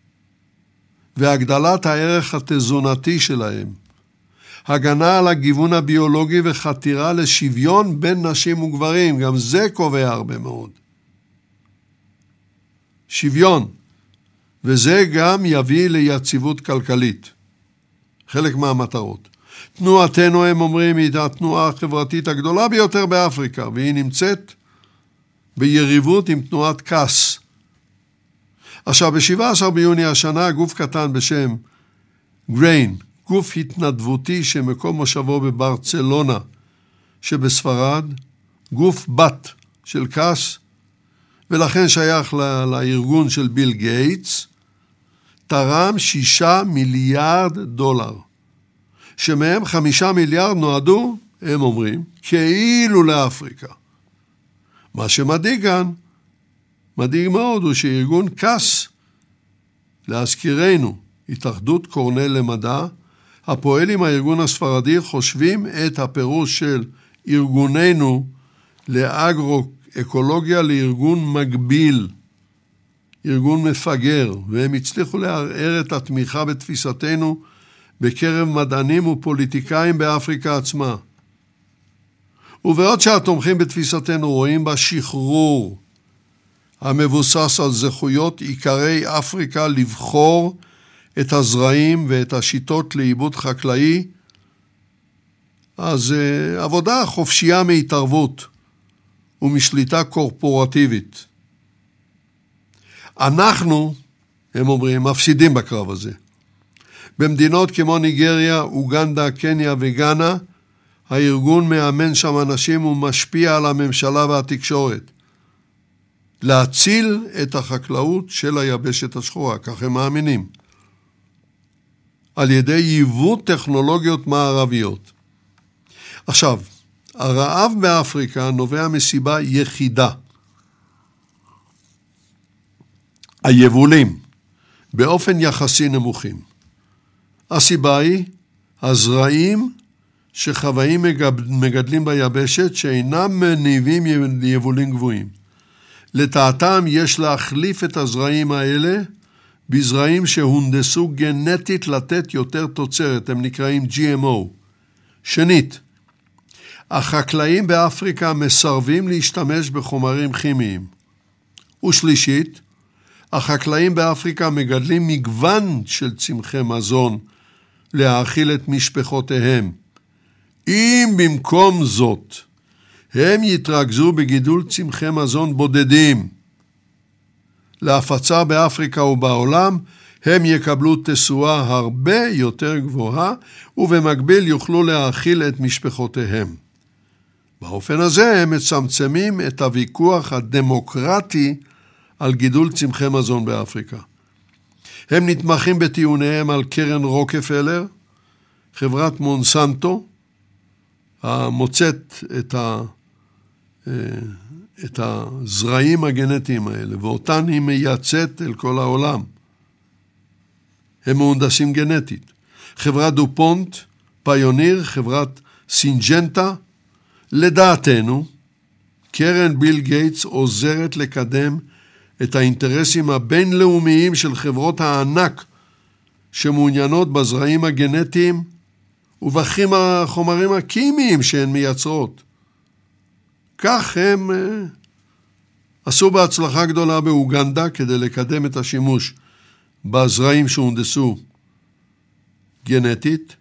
והגדלת הערך התזונתי שלהם, הגנה על הגיוון הביולוגי וחתירה לשוויון בין נשים וגברים, גם זה קובע הרבה מאוד. שוויון, וזה גם יביא ליציבות כלכלית. חלק מהמטרות. תנועתנו, הם אומרים, היא התנועה החברתית הגדולה ביותר באפריקה, והיא נמצאת ביריבות עם תנועת קאס. עכשיו, ב-17 ביוני השנה, גוף קטן בשם גריין, גוף התנדבותי שמקום מושבו בברצלונה שבספרד, גוף בת של קאס, ולכן שייך לארגון של ביל גייטס, תרם $6 מיליארד, שמהם 5 מיליארד נועדו, הם אומרים, כאילו לאפריקה. מה שמדאיג כאן, מדאיג מאוד, הוא שארגון קאס, להזכירנו, התאחדות קורנל למדע, הפועל עם הארגון הספרדי, חושבים את הפירוש של ארגוננו לאגרו-אקולוגיה לארגון מגביל, ארגון מפגר, והם הצליחו לערער את התמיכה בתפיסתנו בקרב מדענים ופוליטיקאים באפריקה עצמה. ובעוד שהתומכים בתפיסתנו רואים בה שחרור המבוסס על זכויות עיקרי אפריקה לבחור את הזרעים ואת השיטות לעיבוד חקלאי, אז עבודה חופשייה מהתערבות ומשליטה קורפורטיבית. אנחנו, הם אומרים, מפסידים בקרב הזה. במדינות כמו ניגריה, אוגנדה, קניה וגאנה, הארגון מאמן שם אנשים ומשפיע על הממשלה והתקשורת. להציל את החקלאות של היבשת השחורה, כך הם מאמינים. על ידי ייבוא טכנולוגיות מערביות. עכשיו, הרעב באפריקה נובע מסיבה יחידה. היבולים, באופן יחסי נמוכים. הסיבה היא הזרעים שחוואים מגדלים ביבשת שאינם מניבים יבולים גבוהים. לטעתם יש להחליף את הזרעים האלה בזרעים שהונדסו גנטית לתת יותר תוצרת, הם נקראים GMO. שנית, החקלאים באפריקה מסרבים להשתמש בחומרים כימיים. ושלישית, החקלאים באפריקה מגדלים מגוון של צמחי מזון להאכיל את משפחותיהם. אם במקום זאת הם יתרכזו בגידול צמחי מזון בודדים להפצה באפריקה ובעולם, הם יקבלו תשואה הרבה יותר גבוהה, ובמקביל יוכלו להאכיל את משפחותיהם. באופן הזה הם מצמצמים את הוויכוח הדמוקרטי על גידול צמחי מזון באפריקה. הם נתמכים בטיעוניהם על קרן רוקפלר, חברת מונסנטו, המוצאת את הזרעים הגנטיים האלה, ואותן היא מייצאת אל כל העולם. הם מהונדסים גנטית. חברת דופונט, פיוניר, חברת סינג'נטה, לדעתנו, קרן ביל גייטס עוזרת לקדם את האינטרסים הבינלאומיים של חברות הענק שמעוניינות בזרעים הגנטיים ובחומרים הקימיים שהן מייצרות. כך הם עשו בהצלחה גדולה באוגנדה כדי לקדם את השימוש בזרעים שהונדסו גנטית,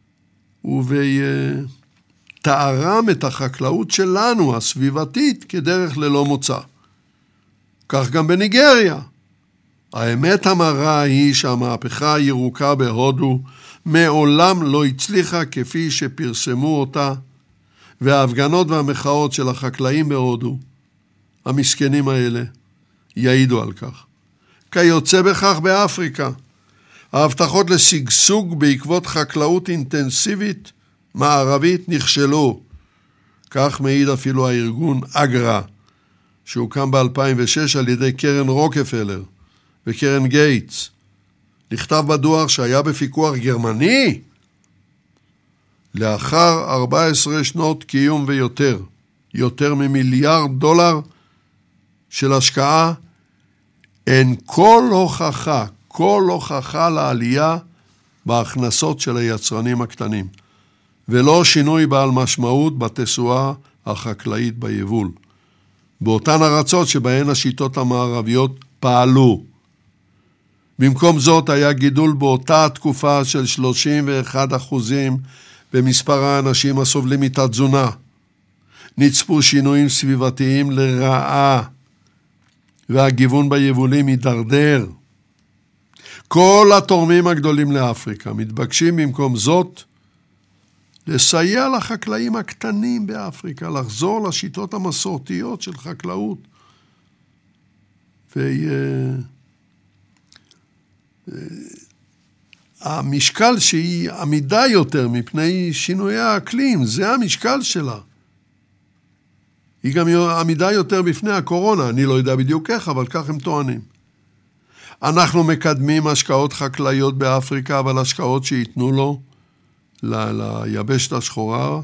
ובתארם את החקלאות שלנו הסביבתית כדרך ללא מוצא. כך גם בניגריה. האמת המרה היא שהמהפכה הירוקה בהודו מעולם לא הצליחה כפי שפרסמו אותה, וההפגנות והמחאות של החקלאים בהודו, המסכנים האלה, יעידו על כך. כיוצא בכך באפריקה, ההבטחות לשגשוג בעקבות חקלאות אינטנסיבית מערבית נכשלו. כך מעיד אפילו הארגון אגרה, שהוקם ב-2006 על ידי קרן רוקפלר וקרן גייטס. נכתב בדוח שהיה בפיקוח גרמני, לאחר 14 שנות קיום ויותר, יותר $1 מיליארד של השקעה, אין כל הוכחה לעלייה בהכנסות של היצרנים הקטנים, ולא שינוי בעל משמעות בתשואה החקלאית ביבול, באותן ארצות שבהן השיטות המערביות פעלו. במקום זאת היה גידול באותה התקופה של 31% במספר האנשים הסובלים מתת-תזונה. נצפו שינויים סביבתיים לרעה, והגיוון ביבולים הידרדר. כל התורמים הגדולים לאפריקה מתבקשים במקום זאת לסייע לחקלאים הקטנים באפריקה, לחזור לשיטות המסורתיות של חקלאות. המשקל שהיא עמידה יותר מפני שינויי האקלים, זה המשקל שלה. היא גם עמידה יותר בפני הקורונה, אני לא יודע בדיוק איך, אבל כך הם טוענים. אנחנו מקדמים השקעות חקלאיות באפריקה, אבל השקעות שיתנו לו, ליבשת השחורה,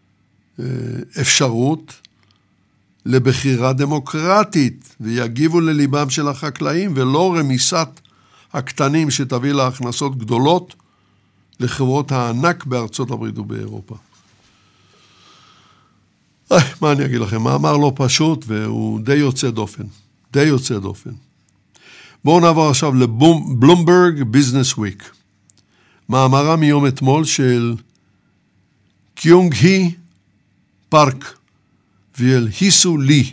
אפשרות לבחירה דמוקרטית, ויגיבו לליבם של החקלאים, ולא רמיסת הקטנים שתביא להכנסות גדולות לחברות הענק בארצות הברית ובאירופה. מה אני אגיד לכם? מאמר לא פשוט, והוא די יוצא דופן. בואו נעבור עכשיו לבלומברג ביזנס וויק. מאמרה מיום אתמול של קיונג הי פארק ואל היסו לי,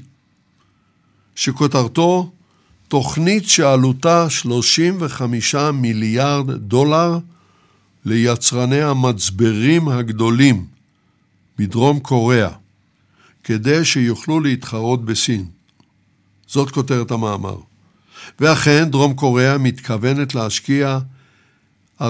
שכותרתו תוכנית שעלותה $35 מיליארד ליצרני המצברים הגדולים בדרום קוריאה, כדי שיוכלו להתחרות בסין. זאת כותרת המאמר. ואכן, דרום קוריאה מתכוונת להשקיע 40.6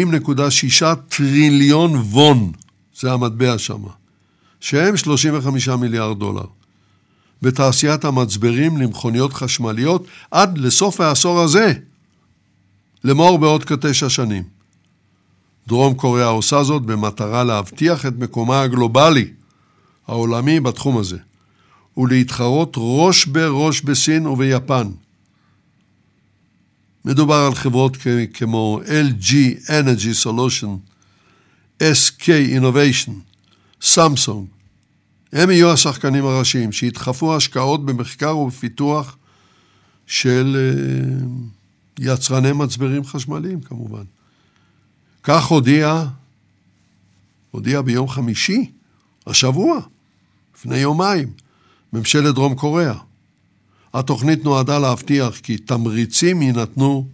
טריליון וון, זה המטבע שם, שהם 35 מיליארד דולר, בתעשיית המצברים למכוניות חשמליות עד לסוף העשור הזה, למור בעוד כ9 שנים. דרום קוריאה עושה זאת במטרה להבטיח את מקומה הגלובלי, העולמי בתחום הזה, ולהתחרות ראש בראש בסין וביפן. מדובר על חברות כמו LG Energy Solution, SK Innovation, סמסונג. הם יהיו השחקנים הראשיים שידחפו השקעות במחקר ובפיתוח של יצרני מצברים חשמליים כמובן. כך הודיע ביום חמישי, השבוע, לפני יומיים, ממשלת דרום קוריאה. התוכנית נועדה להבטיח כי תמריצים יינתנו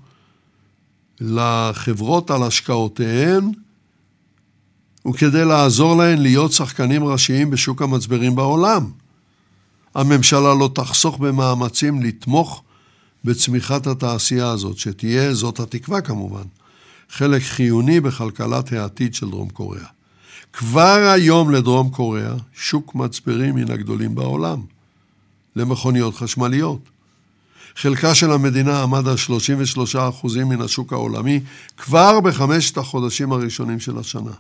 לחברות על השקעותיהן, וכדי לעזור להן להיות שחקנים ראשיים בשוק המצברים בעולם. הממשלה לא תחסוך במאמצים לתמוך בצמיחת התעשייה הזאת, שתהיה, זאת התקווה כמובן, חלק חיוני בכלכלת העתיד של דרום קוריאה. כבר היום לדרום קוריאה, שוק מצברים מן הגדולים בעולם, למכוניות חשמליות. חלקה של המדינה עמד על 33% מן השוק העולמי, כבר ב5 החודשים הראשונים של השנה.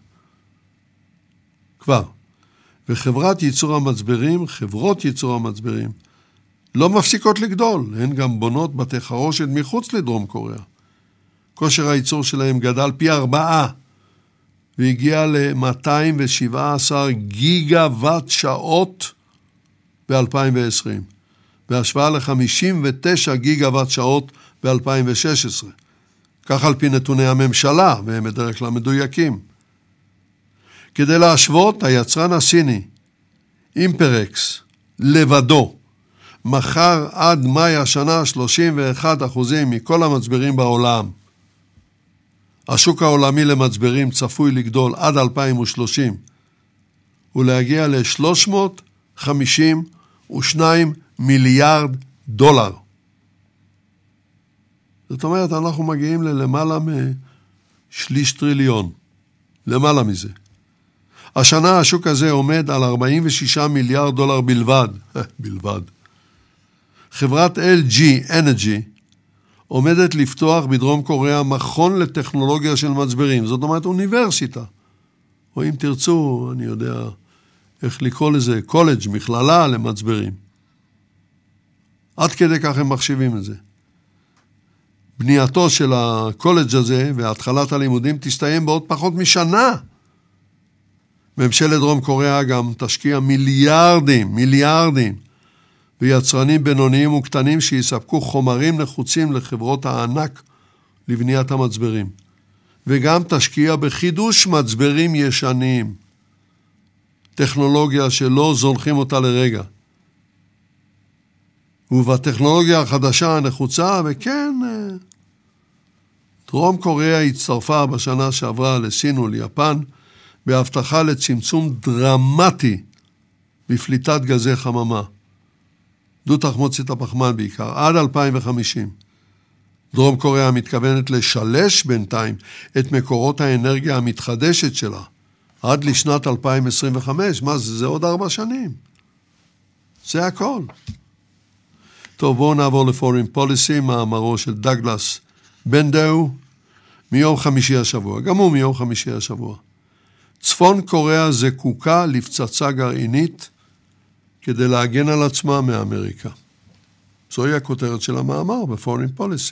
כבר. וחברות ייצור המצברים, לא מפסיקות לגדול, הן גם בונות בתי חרושת מחוץ לדרום קוריאה. כושר הייצור שלהם גדל פי 4, והגיע ל-217 גיגוואט שעות ב-2020, בהשוואה ל-59 גיגוואט שעות ב-2016. כך על פי נתוני הממשלה, והם בדרך כלל מדויקים. כדי להשוות, היצרן הסיני, אימפרקס, לבדו, מכר עד מאי השנה 31% מכל המצברים בעולם. השוק העולמי למצברים צפוי לגדול עד 2030, ולהגיע ל-352 מיליארד דולר. זאת אומרת, אנחנו מגיעים ללמעלה משליש טריליון, למעלה מזה. השנה השוק הזה עומד על 46 מיליארד דולר בלבד, בלבד. חברת LG Energy עומדת לפתוח בדרום קוריאה מכון לטכנולוגיה של מצברים, זאת אומרת אוניברסיטה, או אם תרצו, אני יודע איך לקרוא לזה, קולג', מכללה למצברים. עד כדי כך הם מחשיבים את זה. בנייתו של הקולג' הזה והתחלת הלימודים תסתיים בעוד פחות משנה. ממשלת דרום קוריאה גם תשקיע מיליארדים ביצרנים בינוניים וקטנים שיספקו חומרים נחוצים לחברות הענק לבניית המצברים. וגם תשקיע בחידוש מצברים ישנים. טכנולוגיה שלא זונחים אותה לרגע. ובטכנולוגיה החדשה הנחוצה, וכן, דרום קוריאה הצטרפה בשנה שעברה לסין וליפן, בהבטחה לצמצום דרמטי בפליטת גזי חממה. דו-תחמוצת הפחמן בעיקר, עד 2050. דרום קוריאה מתכוונת לשלש בינתיים את מקורות האנרגיה המתחדשת שלה, עד לשנת 2025. מה זה? זה עוד 4 שנים. זה הכל. טוב, בואו נעבור לפורין פוליסי, מאמרו של דגלס בנדאו, מיום חמישי השבוע. גם הוא מיום חמישי השבוע. צפון קוריאה זקוקה לפצצה גרעינית כדי להגן על עצמה מאמריקה. זוהי הכותרת של המאמר בפורין פוליסי.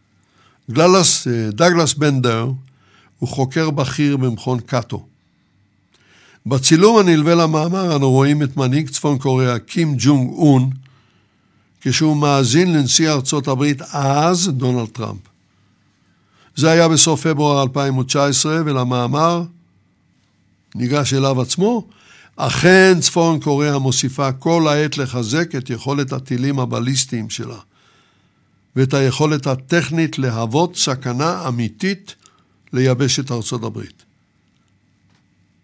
דגלס בנדאו הוא חוקר בכיר במכון קאטו. בצילום הנלווה למאמר אנו רואים את מנהיג צפון קוריאה קים ג'ונג און, כשהוא מאזין לנשיא ארצות הברית אז דונלד טראמפ. זה היה בסוף פברואר 2019, ולמאמר ניגש אליו עצמו, אכן צפון קוריאה מוסיפה כל העת לחזק את יכולת הטילים הבליסטיים שלה, ואת היכולת הטכנית להוות סכנה אמיתית ליבשת ארצות הברית.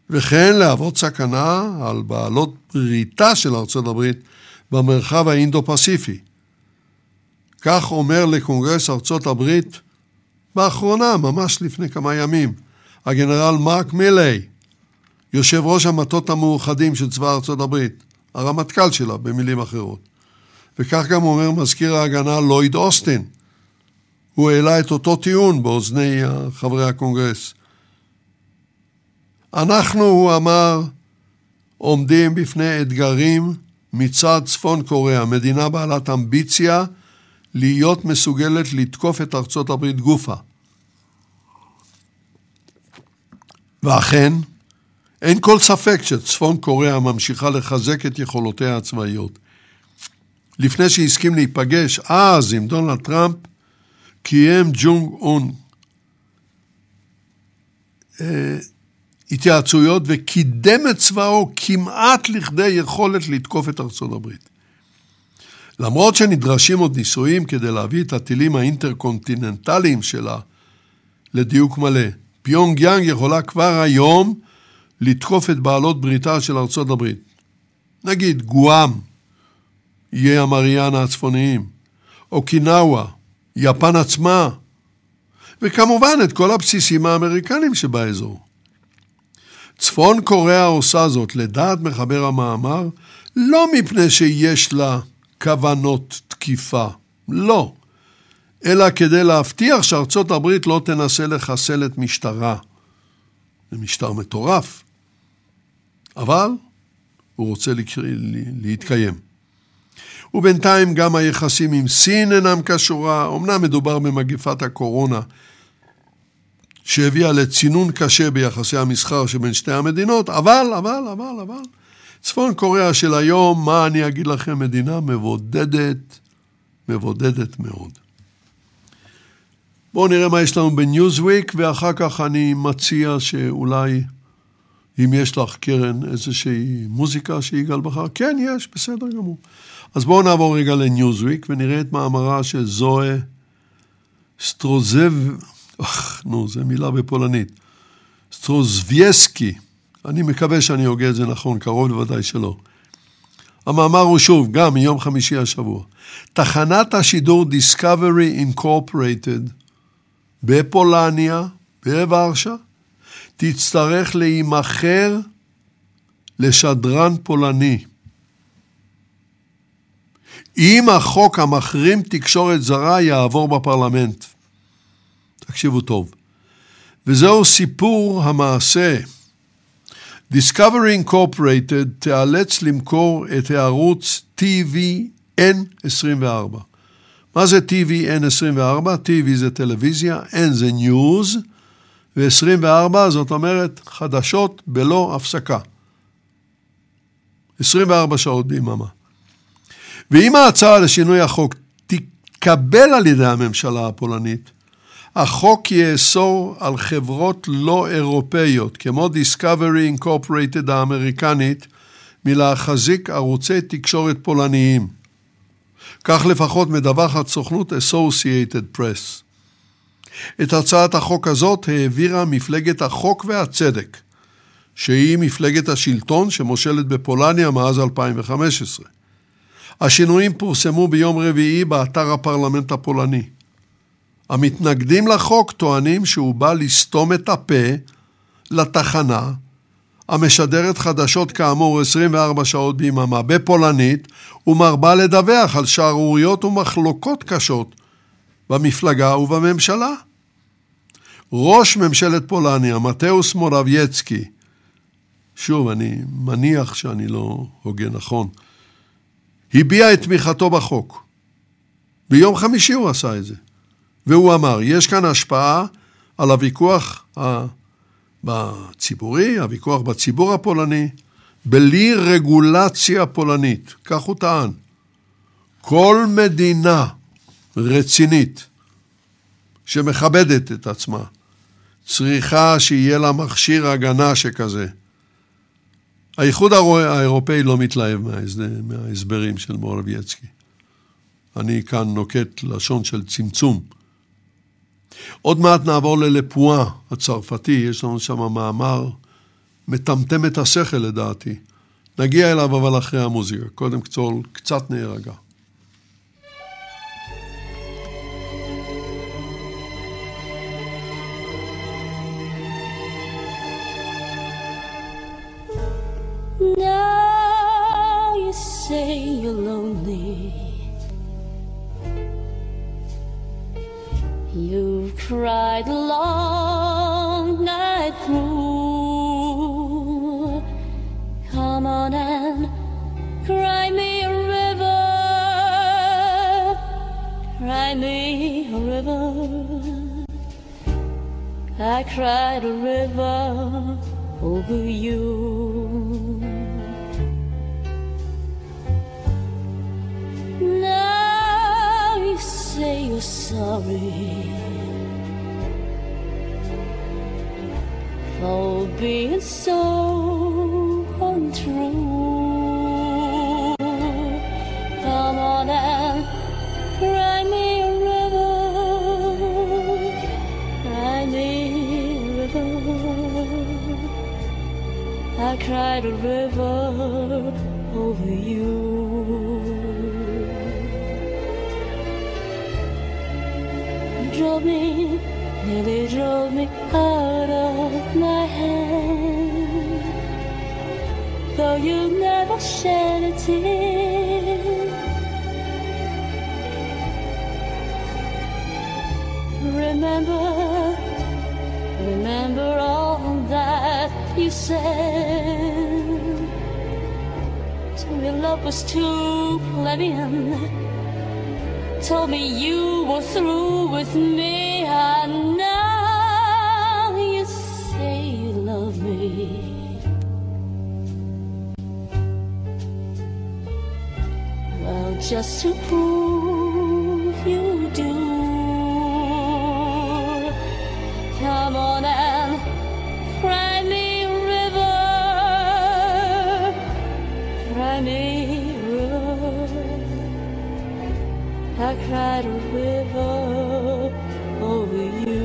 וכן להוות סכנה על בעלות בריתה של ארצות הברית במרחב האינדו-פסיפי. כך אומר לקונגרס ארצות הברית באחרונה, ממש לפני כמה ימים, הגנרל מרק מילי, יושב ראש המטות המאוחדים של צבא ארצות הברית, הרמטכ"ל שלה במילים אחרות. וכך גם אומר מזכיר ההגנה לויד אוסטין. הוא העלה את אותו טיעון באוזני חברי הקונגרס. אנחנו, הוא אמר, עומדים בפני אתגרים מצד צפון קוריאה, מדינה בעלת אמביציה להיות מסוגלת לתקוף את ארצות הברית גופה. ואכן, אין כל ספק שצפון קוריאה ממשיכה לחזק את יכולותיה הצבאיות. לפני שהסכים להיפגש אז עם דונלד טראמפ, קיים ג'ונג און התייעצויות וקידם את צבאו כמעט לכדי יכולת לתקוף את ארצות הברית. למרות שנדרשים עוד ניסויים כדי להביא את הטילים האינטרקונטיננטליים שלה לדיוק מלא, פיונג יאנג יכולה כבר היום לתקוף את בעלות בריתה של ארצות הברית. נגיד גואם, איי המריאנה הצפוניים, אוקינאווה, יפן עצמה, וכמובן את כל הבסיסים האמריקנים שבאזור. צפון קוריאה עושה זאת, לדעת מחבר המאמר, לא מפני שיש לה כוונות תקיפה, לא, אלא כדי להבטיח שארצות הברית לא תנסה לחסל את משטרה. זה משטר מטורף, אבל הוא רוצה להתקיים. ובינתיים גם היחסים עם סין אינם כשורה, אמנם מדובר במגפת הקורונה, שהביאה לצינון קשה ביחסי המסחר שבין שתי המדינות, אבל, צפון קוריאה של היום, מה אני אגיד לכם, מדינה מבודדת מאוד. בואו נראה מה יש לנו בניוזוויק, ואחר כך אני מציע שאולי, אם יש לך קרן איזושהי מוזיקה שיגאל בחר, כן יש, בסדר גמור. אז בואו נעבור רגע לניוזוויק, ונראה את מאמרה של זוהה סטרוזב, זה מילה בפולנית, סטרוזבייסקי, אני מקווה שאני הוגה את זה נכון, קרוב לוודאי שלא. המאמר הוא שוב, גם מיום חמישי השבוע. תחנת השידור Discovery Incorporated בפולניה, בוורשה, תצטרך להימכר לשדרן פולני. אם החוק המחרים תקשורת זרה יעבור בפרלמנט. תקשיבו טוב. וזהו סיפור המעשה. Discovery Incorporated תיאלץ למכור את הערוץ TVN24. מה זה TVN24? TV זה טלוויזיה, N זה ניוז, ו-24 זאת אומרת חדשות בלא הפסקה. 24 שעות ביממה. ואם ההצעה לשינוי החוק תקבל על ידי הממשלה הפולנית, החוק יאסור על חברות לא אירופאיות, כמו Discovery Incorporated האמריקנית, מלהחזיק ערוצי תקשורת פולניים. כך לפחות מדווחת סוכנות Associated Press. את הצעת החוק הזאת העבירה מפלגת החוק והצדק, שהיא מפלגת השלטון שמושלת בפולניה מאז 2015. השינויים פורסמו ביום רביעי באתר הפרלמנט הפולני. המתנגדים לחוק טוענים שהוא בא לסתום את הפה לתחנה, המשדרת חדשות כאמור 24 שעות ביממה בפולנית, ומרבה לדווח על שערוריות ומחלוקות קשות במפלגה ובממשלה. ראש ממשלת פולניה, מתאוס מורבייצקי, שוב, אני מניח שאני לא הוגה נכון, הביע את תמיכתו בחוק. ביום חמישי הוא עשה את זה. והוא אמר, יש כאן השפעה על הוויכוח בציבורי, הוויכוח בציבור הפולני, בלי רגולציה פולנית. כך הוא טען. כל מדינה רצינית שמכבדת את עצמה, צריכה שיהיה לה מכשיר הגנה שכזה. האיחוד האירופאי לא מתלהב מההסברים של מורבייצקי. אני כאן נוקט לשון של צמצום. עוד מעט נעבור ללפואה הצרפתי, יש לנו שם מאמר מטמטם את השכל לדעתי. נגיע אליו אבל אחרי המוזיקה. קודם קצת נהרגע. Now you say you're lonely. You've cried a long night through. Come on and cry me a river. Cry me a river. I cried a river over you. Now you say you're sorry for being so untrue. Come on and cry me a river. Cry me a river. I cried a river over you. Nearly drove me out of my hand. Though you never shed a tear. Remember all that you said. Told me love was too plebeian. Told me you were through with me, and now you say you love me. Well, just to prove you do, come on and cry me a river. Cry me a river. I cried a river over you.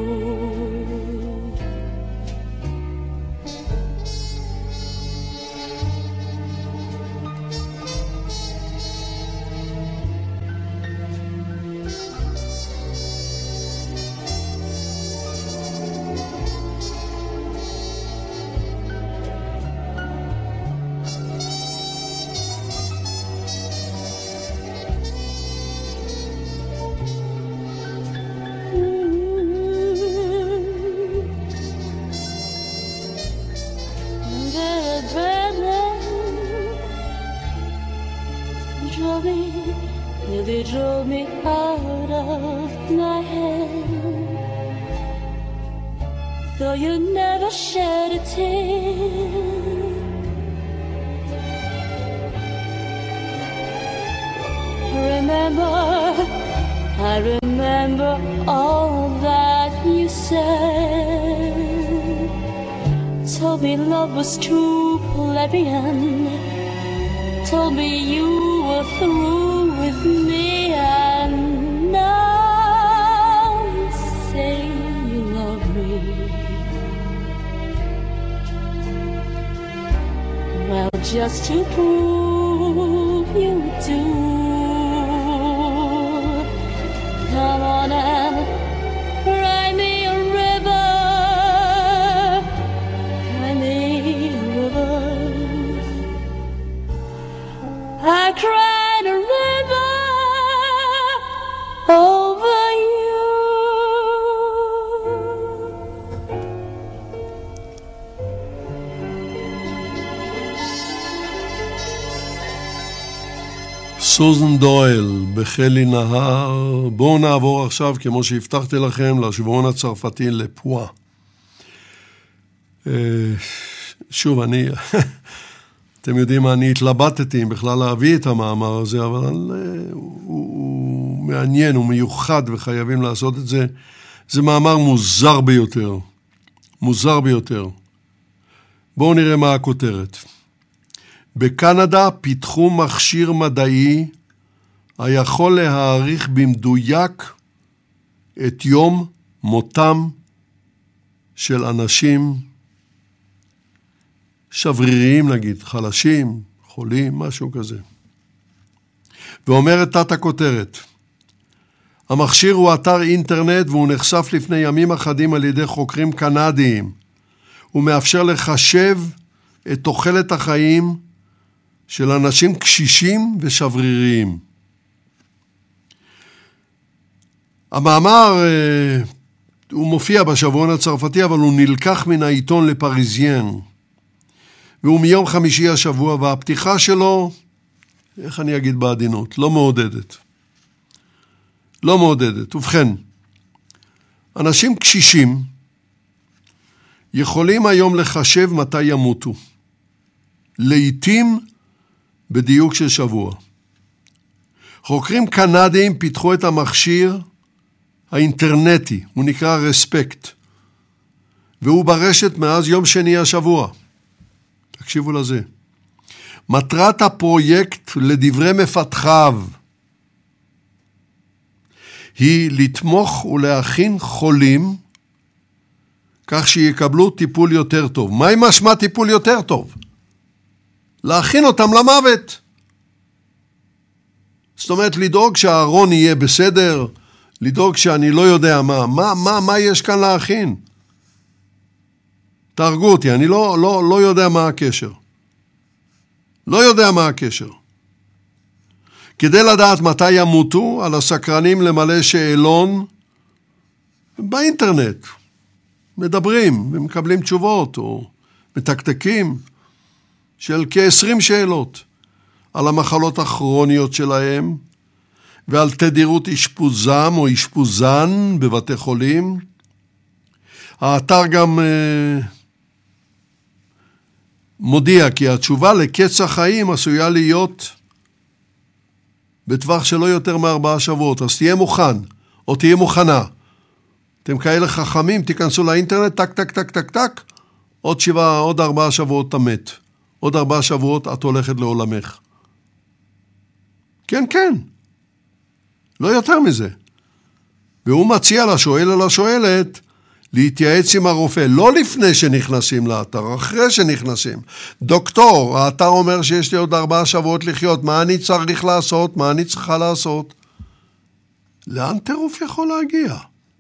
They drove me out of my head. Though you never shed a tear. I remember all that you said. Told me love was too plebeian. Told me you were through with me, and now you say you love me. Well, just to prove you do, come on and cry me a river. Cry me a river. I cried a river over you. סוזן דויל, בחלי נהר. בואו נעבור עכשיו, כמו שהבטחתי לכם, לשבועון הצרפתי לפואה. שוב, אתם יודעים מה, אני התלבטתי אם בכלל להביא את המאמר הזה, אבל הוא מעניין, הוא מיוחד וחייבים לעשות את זה. זה מאמר מוזר ביותר. מוזר ביותר. בואו נראה מה הכותרת. בקנדה פיתחו מכשיר מדעי היכול להעריך במדויק את יום מותם של אנשים שבריריים נגיד, חלשים, חולים, משהו כזה. ואומרת תת הכותרת, המכשיר הוא אתר אינטרנט והוא נחשף לפני ימים אחדים על ידי חוקרים קנדיים. הוא מאפשר לחשב את תוחלת החיים של אנשים קשישים ושבריריים. המאמר הוא מופיע בשבועון הצרפתי, אבל הוא נלקח מן העיתון לפריזיין. והוא מיום חמישי השבוע, והפתיחה שלו, איך אני אגיד בעדינות, לא מעודדת. לא מעודדת. ובכן, אנשים קשישים יכולים היום לחשב מתי ימותו. לעתים בדיוק של שבוע. חוקרים קנדיים פיתחו את המכשיר האינטרנטי, הוא נקרא רספקט, והוא ברשת מאז יום שני השבוע. תקשיבו לזה. מטרת הפרויקט לדברי מפתחיו היא לתמוך ולהכין חולים כך שיקבלו טיפול יותר טוב. מה עם משמע טיפול יותר טוב? להכין אותם למוות. זאת אומרת, לדאוג שהארון יהיה בסדר, לדאוג שאני לא יודע מה יש כאן להכין. תרגו אותי, אני לא יודע מה הקשר. לא יודע מה הקשר. כדי לדעת מתי ימותו, על הסקרנים למלא שאלון באינטרנט. מדברים ומקבלים תשובות או מתקתקים של כ-20 שאלות על המחלות הכרוניות שלהם ועל תדירות אשפוזם או אשפוזן בבתי חולים. האתר גם מודיע כי התשובה לקץ החיים עשויה להיות בטווח שלא יותר מ4 שבועות. אז תהיה מוכן או תהיה מוכנה. אתם כאלה חכמים, תיכנסו לאינטרנט, טק, טק, טק, טק, טק, עוד 4 שבועות אתה מת. עוד 4 שבועות את הולכת לעולמך. כן, כן. לא יותר מזה. והוא מציע לשואל או לשואלת להתייעץ עם הרופא, לא לפני שנכנסים לאתר, אחרי שנכנסים. דוקטור, האתר אומר שיש לי עוד 4 שבועות לחיות, מה אני צריך לעשות? מה אני צריכה לעשות? לאן טירוף יכול להגיע?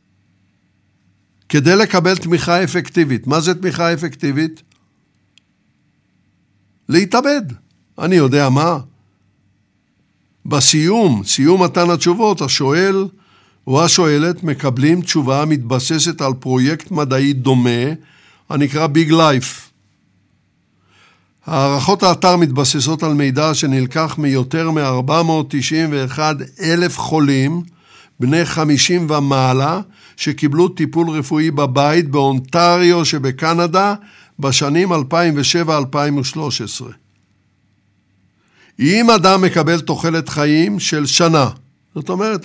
כדי לקבל תמיכה אפקטיבית. מה זה תמיכה אפקטיבית? להתאבד. אני יודע מה. בסיום מתן התשובות, השואל או השואלת מקבלים תשובה מתבססת על פרויקט מדעי דומה, הנקרא ביג לייף. הערכות האתר מתבססות על מידע שנלקח מיותר מ-491,000 חולים, בני 50 ומעלה, שקיבלו טיפול רפואי בבית באונטריו שבקנדה בשנים 2007-2013. אם אדם מקבל תוחלת חיים של שנה, זאת אומרת,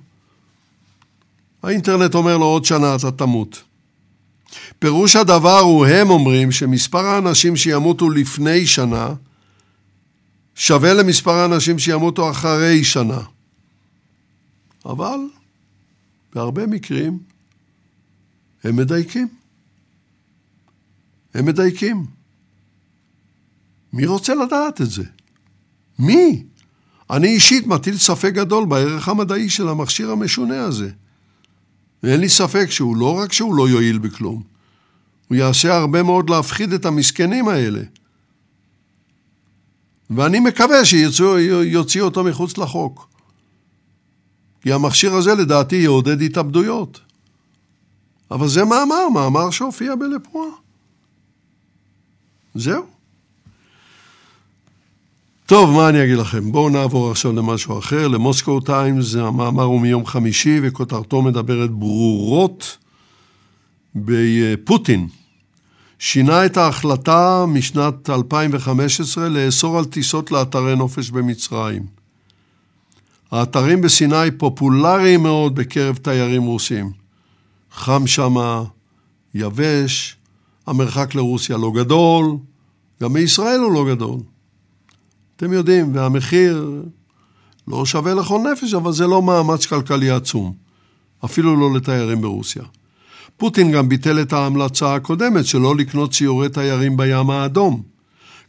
האינטרנט אומר לו עוד שנה אתה תמות. פירוש הדבר הוא, הם אומרים, שמספר האנשים שימותו לפני שנה, שווה למספר האנשים שימותו אחרי שנה. אבל, בהרבה מקרים, הם מדייקים. הם מדייקים. מי רוצה לדעת את זה? מי? אני אישית מטיל ספק גדול בערך המדעי של המכשיר המשונה הזה. ואין לי ספק שהוא לא רק שהוא לא יועיל בכלום, הוא יעשה הרבה מאוד להפחיד את המסכנים האלה. ואני מקווה שיוציאו אותו מחוץ לחוק. כי המכשיר הזה לדעתי יעודד התאבדויות. אבל זה מאמר שהופיע בלפואה. זהו. טוב, מה אני אגיד לכם? בואו נעבור עכשיו למשהו אחר. למוסקו טיימס, המאמר הוא מיום חמישי, וכותרתו מדברת ברורות בפוטין. שינה את ההחלטה משנת 2015 לאסור על טיסות לאתרי נופש במצרים. האתרים בסיני פופולריים מאוד בקרב תיירים רוסים. חם שמה, יבש, המרחק לרוסיה לא גדול, גם מישראל הוא לא גדול. אתם יודעים, והמחיר לא שווה לכל נפש, אבל זה לא מאמץ כלכלי עצום. אפילו לא לתיירים ברוסיה. פוטין גם ביטל את ההמלצה הקודמת שלא לקנות ציורי תיירים בים האדום.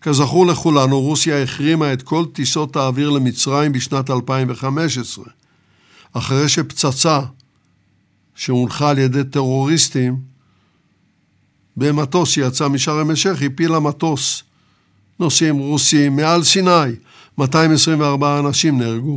כזכור לכולנו, רוסיה החרימה את כל טיסות האוויר למצרים בשנת 2015, אחרי שפצצה שהונחה על ידי טרוריסטים במטוס שיצא משארם א-שייח הפילה מטוס נוסעים רוסים מעל סיני. 224 אנשים נהרגו.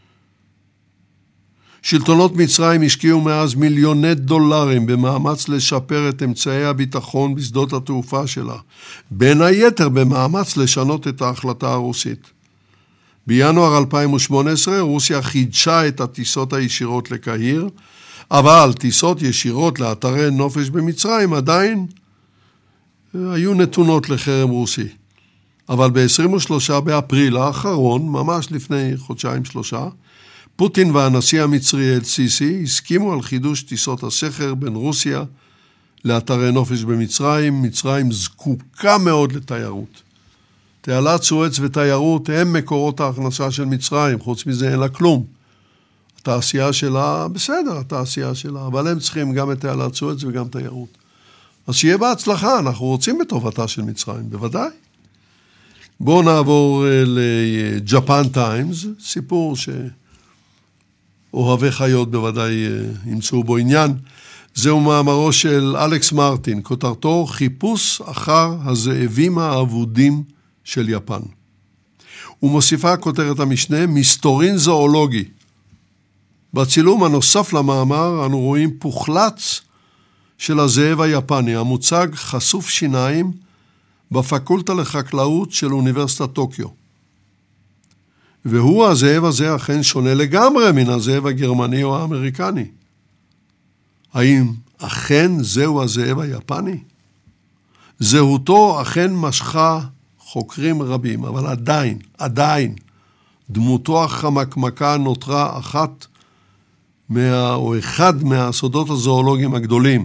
שלטונות מצרים השקיעו מאז מיליוני דולרים במאמץ לשפר את אמצעי הביטחון בשדות התעופה שלה, בין היתר במאמץ לשנות את ההחלטה הרוסית. בינואר 2018 רוסיה חידשה את הטיסות הישירות לקהיר, אבל טיסות ישירות לאתרי נופש במצרים עדיין היו נתונות לחרם רוסי. אבל ב-23 באפריל האחרון, ממש לפני חודשיים-שלושה, פוטין והנשיא המצרי אל-סיסי הסכימו על חידוש טיסות הסחר בין רוסיה לאתרי נופש במצרים. מצרים זקוקה מאוד לתיירות. תעלת סואץ ותיירות הם מקורות ההכנסה של מצרים, חוץ מזה אין לה כלום. התעשייה שלה, בסדר, התעשייה שלה, אבל הם צריכים גם את תעלת סואץ וגם תיירות. אז שיהיה בהצלחה, אנחנו רוצים בטובתה של מצרים, בוודאי. בואו נעבור לג'פן טיימס, סיפור שאוהבי חיות בוודאי ימצאו בו עניין. זהו מאמרו של אלכס מרטין, כותרתו חיפוש אחר הזאבים האבודים של יפן. ומוסיפה כותרת המשנה, מסתורין זואולוגי. בצילום הנוסף למאמר אנו רואים פוחלץ של הזאב היפני, המוצג חשוף שיניים בפקולטה לחקלאות של אוניברסיטת טוקיו. והוא הזאב הזה אכן שונה לגמרי מן הזאב הגרמני או האמריקני. האם אכן זהו הזאב היפני? זהותו אכן משכה חוקרים רבים, אבל עדיין, דמותו החמקמקה נותרה אחד מהסודות הזואולוגיים הגדולים.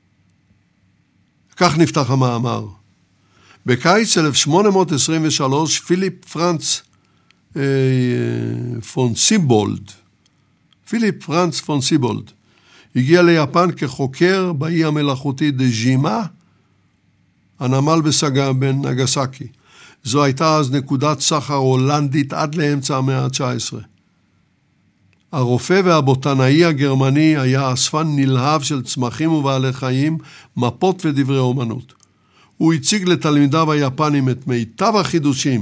כך נפתח המאמר. בקיץ 1823 פיליפ פרנץ פון סיבולד הגיע ליפן כחוקר באי המלאכותי דז'ימה, הנמל בנגסקי. זו הייתה אז נקודת סחר הולנדית עד לאמצע המאה ה-19. הרופא והבוטנאי הגרמני היה אספן נלהב של צמחים ובעלי חיים, מפות ודברי אומנות. הוא הציג לתלמידיו היפנים את מיטב החידושים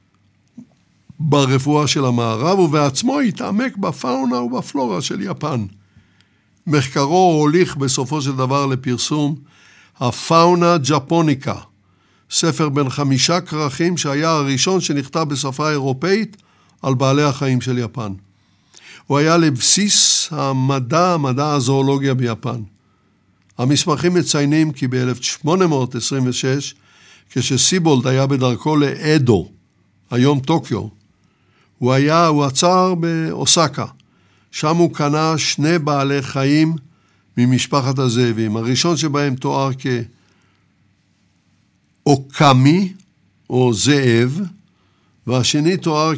ברפואה של המערב, ובעצמו התעמק בפאונה ובפלורה של יפן. מחקרו הוליך בסופו של דבר לפרסום הפאונה ג'פוניקה, ספר בן 5 כרכים שהיה הראשון שנכתב בשפה אירופאית על בעלי החיים של יפן. הוא היה לבסיס מדע הזואולוגיה ביפן. המסמכים מציינים כי ב-1826, כשסיבולד היה בדרכו לאדו, היום טוקיו, הוא עצר באוסקה. שם הוא קנה 2 בעלי חיים ממשפחת הזאבים. הראשון שבהם תואר כאוקמי או זאב, והשני תואר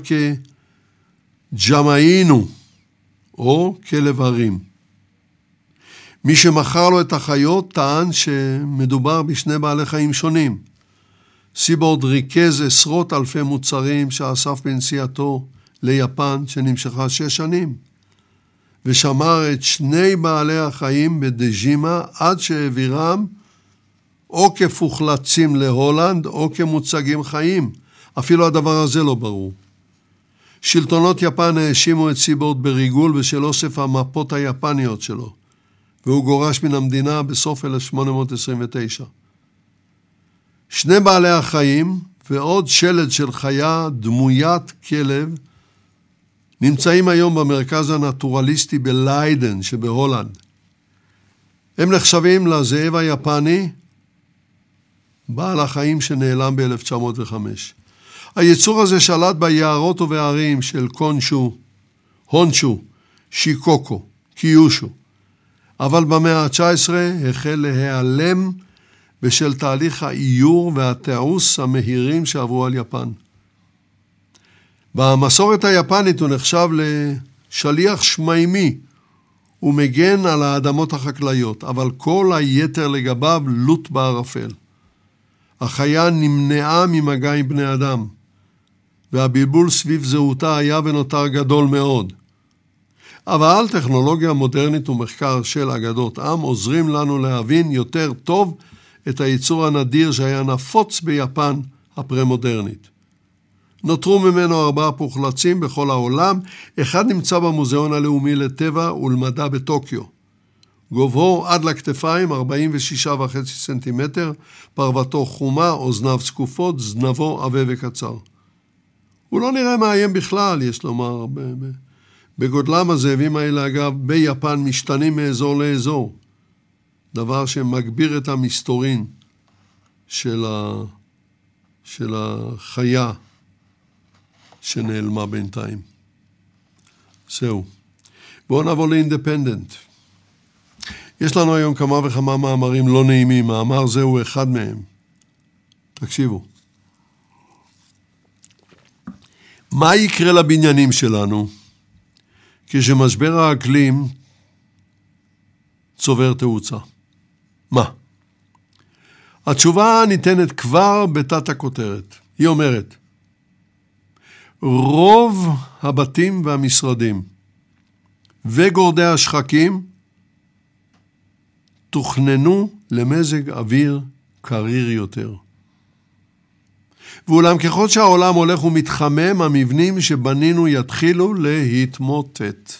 כג'מאינו או כלב הרים. מי שמכר לו את החיות טען שמדובר ב2 בעלי חיים שונים. סיבולד ריכז עשרות אלפי מוצרים שאסף בנסיעתו ליפן שנמשכה 6 שנים, ושמר את 2 בעלי החיים בדז'ימה עד שהעבירם או כפוחלצים להולנד או כמוצגים חיים. אפילו הדבר הזה לא ברור. שלטונות יפן האשימו את סיבולד בריגול בשל אוסף המפות היפניות שלו, והוא גורש מן המדינה בסוף 1829. 2 בעלי החיים ועוד שלד של חיה דמוית כלב נמצאים היום במרכז הנטורליסטי בליידן שבהולנד. הם נחשבים לזאב היפני, בעל החיים שנעלם ב-1905. היצור הזה שלט ביערות ובערים של קונשו, הונשו, שיקוקו, קיושו. אבל במאה ה-19 החל להיעלם בשל תהליך האיור והתיעוש המהירים שעברו על יפן. במסורת היפנית הוא נחשב לשליח שמימי ומגן על האדמות החקלאיות, אבל כל היתר לגביו לוט בערפל. החיה נמנעה ממגע עם בני אדם, והבלבול סביב זהותה היה ונותר גדול מאוד. אבל טכנולוגיה מודרנית ומחקר של אגדות עם עוזרים לנו להבין יותר טוב את היצור הנדיר שהיה נפוץ ביפן הפרה-מודרנית. נותרו ממנו 4 פוחלצים בכל העולם, אחד נמצא במוזיאון הלאומי לטבע ולמדע בטוקיו. גובהו עד לכתפיים 46.5 סנטימטר, פרוותו חומה, אוזניו זקופות, זנבו עבה וקצר. הוא לא נראה מאיים בכלל, יש לומר. בגודלם הזאבים האלה, אגב, ביפן משתנים מאזור לאזור. דבר שמגביר את המסתורין של החיה שנעלמה בינתיים. זהו. בואו נעבור לאינדפנדנט. יש לנו היום כמה וכמה מאמרים לא נעימים. מאמר זהו אחד מהם. תקשיבו. מה יקרה לבניינים שלנו כשמשבר האקלים צובר תאוצה? מה? התשובה ניתנת כבר בתת הכותרת. היא אומרת, רוב הבתים והמשרדים וגורדי השחקים תוכננו למזג אוויר קריר יותר. ואולם ככל שהעולם הולך ומתחמם, המבנים שבנינו יתחילו להתמוטט.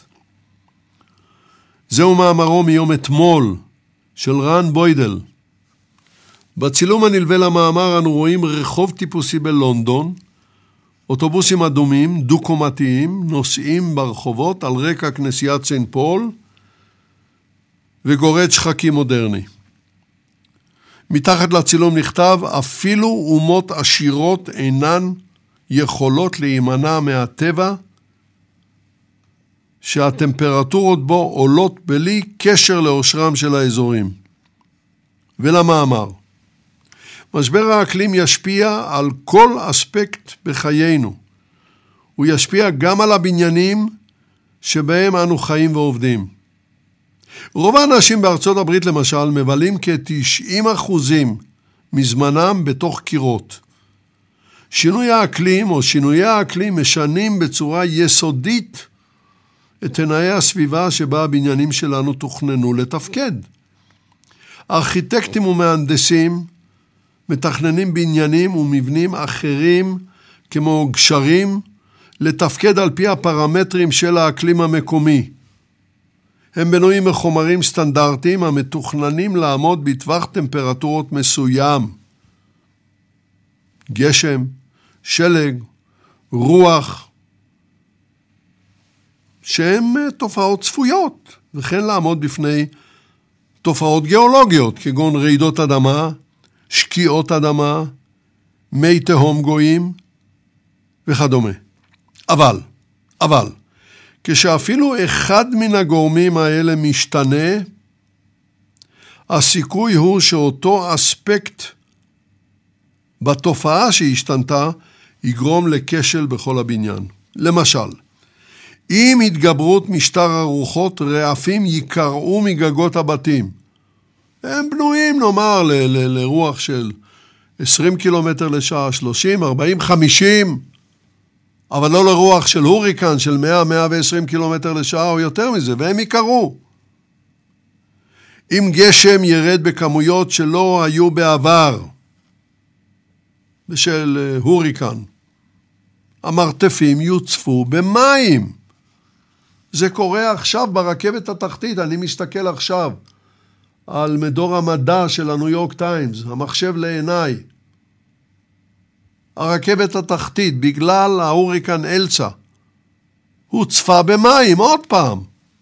זהו מאמרו מיום אתמול של רן בוידל. בצילום הנלווה למאמר אנו רואים רחוב טיפוסי בלונדון, אוטובוסים אדומים, דו-קומתיים, נוסעים ברחובות על רקע כנסיית סנט פול וגורד שחקים מודרני. מתחת לצילום נכתב, אפילו אומות עשירות אינן יכולות להימנע מהטבע, שהטמפרטורות בו עולות בלי קשר לאושרם של האזורים. ולמאמר, משבר האקלים ישפיע על כל אספקט בחיינו. הוא ישפיע גם על הבניינים שבהם אנו חיים ועובדים. רוב האנשים בארצות הברית למשל מבלים כ-90% מזמנם בתוך קירות. שינוי האקלים או שינויי האקלים משנים בצורה יסודית את תנאי הסביבה שבה הבניינים שלנו תוכננו לתפקד. ארכיטקטים ומהנדסים מתכננים בניינים ומבנים אחרים כמו גשרים לתפקד על פי הפרמטרים של האקלים המקומי. הם בנויים מחומרים סטנדרטיים המתוכננים לעמוד בטווח טמפרטורות מסוים. גשם, שלג, רוח, שהם תופעות צפויות, וכן לעמוד בפני תופעות גיאולוגיות, כגון רעידות אדמה, שקיעות אדמה, מי תהום גויים וכדומה. אבל, כשאפילו אחד מן הגורמים האלה משתנה, הסיכוי הוא שאותו אספקט בתופעה שהשתנתה יגרום לכשל בכל הבניין. למשל, עם התגברות משטר הרוחות, רעפים יקרעו מגגות הבתים. הם בנויים, נאמר, לרוח של 20 קילומטר לשעה, 30, 40, 50, אבל לא לרוח של הוריקן של 100, 120 קילומטר לשעה או יותר מזה, והם יקרו. אם גשם ירד בכמויות שלא היו בעבר, בשל הוריקן, המרתפים יוצפו במים. זה קורה עכשיו ברכבת התחתית, אני מסתכל עכשיו על מדור המדע של הניו יורק טיימס, המחשב לעיניי. הרכבת התחתית, בגלל ההוריקן אלצה, הוצפה במים עוד פעם.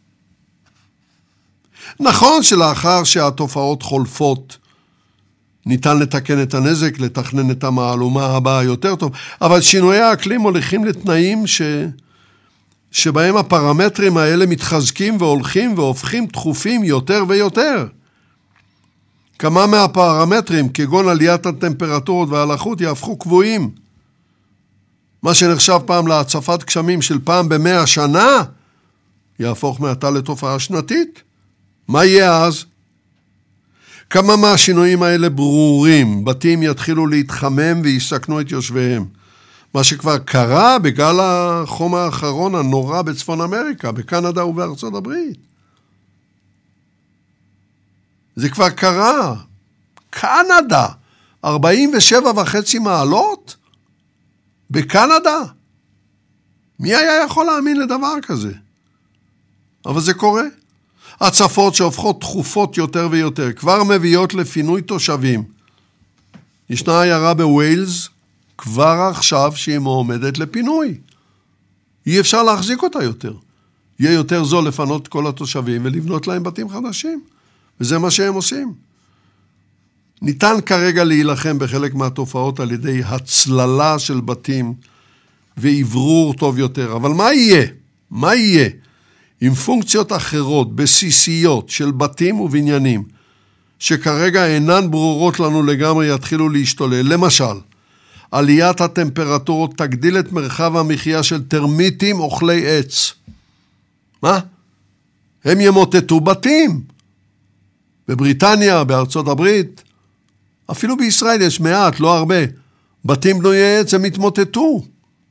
נכון שלאחר שהתופעות חולפות, ניתן לתקן את הנזק, לתכנן את המהלומה הבאה יותר טוב, אבל שינויי האקלים הולכים לתנאים שבהם הפרמטרים האלה מתחזקים והולכים והופכים דחופים יותר ויותר. כמה מהפרמטרים, כגון עליית הטמפרטורות והלחות, יהפכו קבועים. מה שנחשב פעם להצפת גשמים של פעם ב100 שנה, יהפוך מעתה לתופעה שנתית. מה יהיה אז? כמה מהשינויים האלה ברורים, בתים יתחילו להתחמם ויסכנו את יושביהם. מה שכבר קרה בגל החום האחרון הנורא בצפון אמריקה, בקנדה ובארצות הברית. זה כבר קרה. קנדה, 47.5 מעלות? בקנדה? מי היה יכול להאמין לדבר כזה? אבל זה קורה. הצפות שהופכות תכופות יותר ויותר, כבר מביאות לפינוי תושבים. ישנה עיירה בווילס, כבר עכשיו שהיא מועמדת לפינוי. אי אפשר להחזיק אותה יותר. יהיה יותר זול לפנות כל התושבים ולבנות להם בתים חדשים. וזה מה שהם עושים. ניתן כרגע להילחם בחלק מהתופעות על ידי הצללה של בתים ועברור טוב יותר. אבל מה יהיה? מה יהיה עם פונקציות אחרות, בסיסיות של בתים ובניינים, שכרגע אינן ברורות לנו לגמרי יתחילו להשתולל? למשל, עליית הטמפרטורות תגדיל את מרחב המחיה של טרמיטים אוכלי עץ. מה? הם ימוטטו בתים. בבריטניה, בארצות הברית, אפילו בישראל יש מעט, לא הרבה. בתים בנויי עץ הם התמוטטו.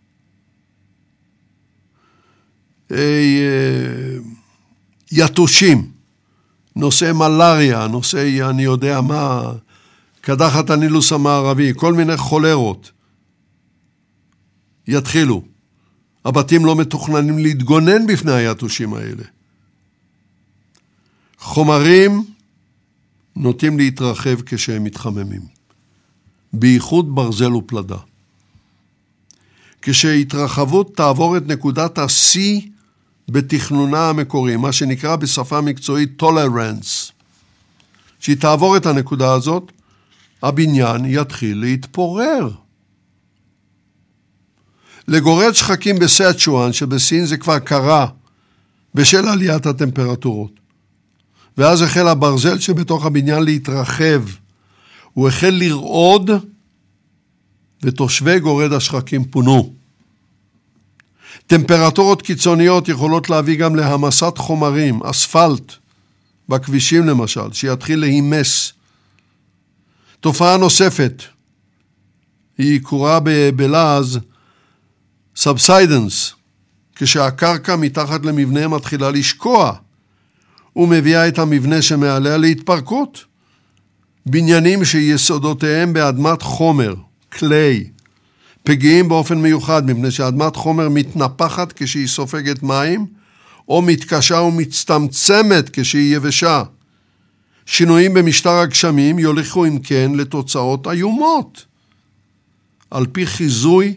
יתושים, נושא מלריה, נושא אני יודע מה, קדחת הנילוס המערבי, כל מיני חולרות יתחילו. הבתים לא מתוכננים להתגונן בפני היתושים האלה. חומרים נוטים להתרחב כשהם מתחממים, בייחוד ברזל ופלדה. כשהתרחבות תעבור את נקודת ה-C בתכנונה המקורי, מה שנקרא בשפה מקצועית tolerance, שהיא תעבור את הנקודה הזאת, הבניין יתחיל להתפורר. לגורד שחקים בסצ'ואן שבסין זה כבר קרה בשל עליית הטמפרטורות. ואז החל הברזל שבתוך הבניין להתרחב. הוא החל לרעוד ותושבי גורד השחקים פונו. טמפרטורות קיצוניות יכולות להביא גם להמסת חומרים, אספלט, בכבישים למשל, שיתחיל להימס. תופעה נוספת, היא קורה בלעז, subsidence, כשהקרקע מתחת למבנה מתחילה לשקוע, ומביאה את המבנה שמעליה להתפרקות. בניינים שיסודותיהם באדמת חומר, קליי, פגיעים באופן מיוחד, מפני שאדמת חומר מתנפחת כשהיא סופגת מים, או מתקשה ומצטמצמת כשהיא יבשה. שינויים במשטר הגשמים יוליכו אם כן לתוצאות איומות. על פי חיזוי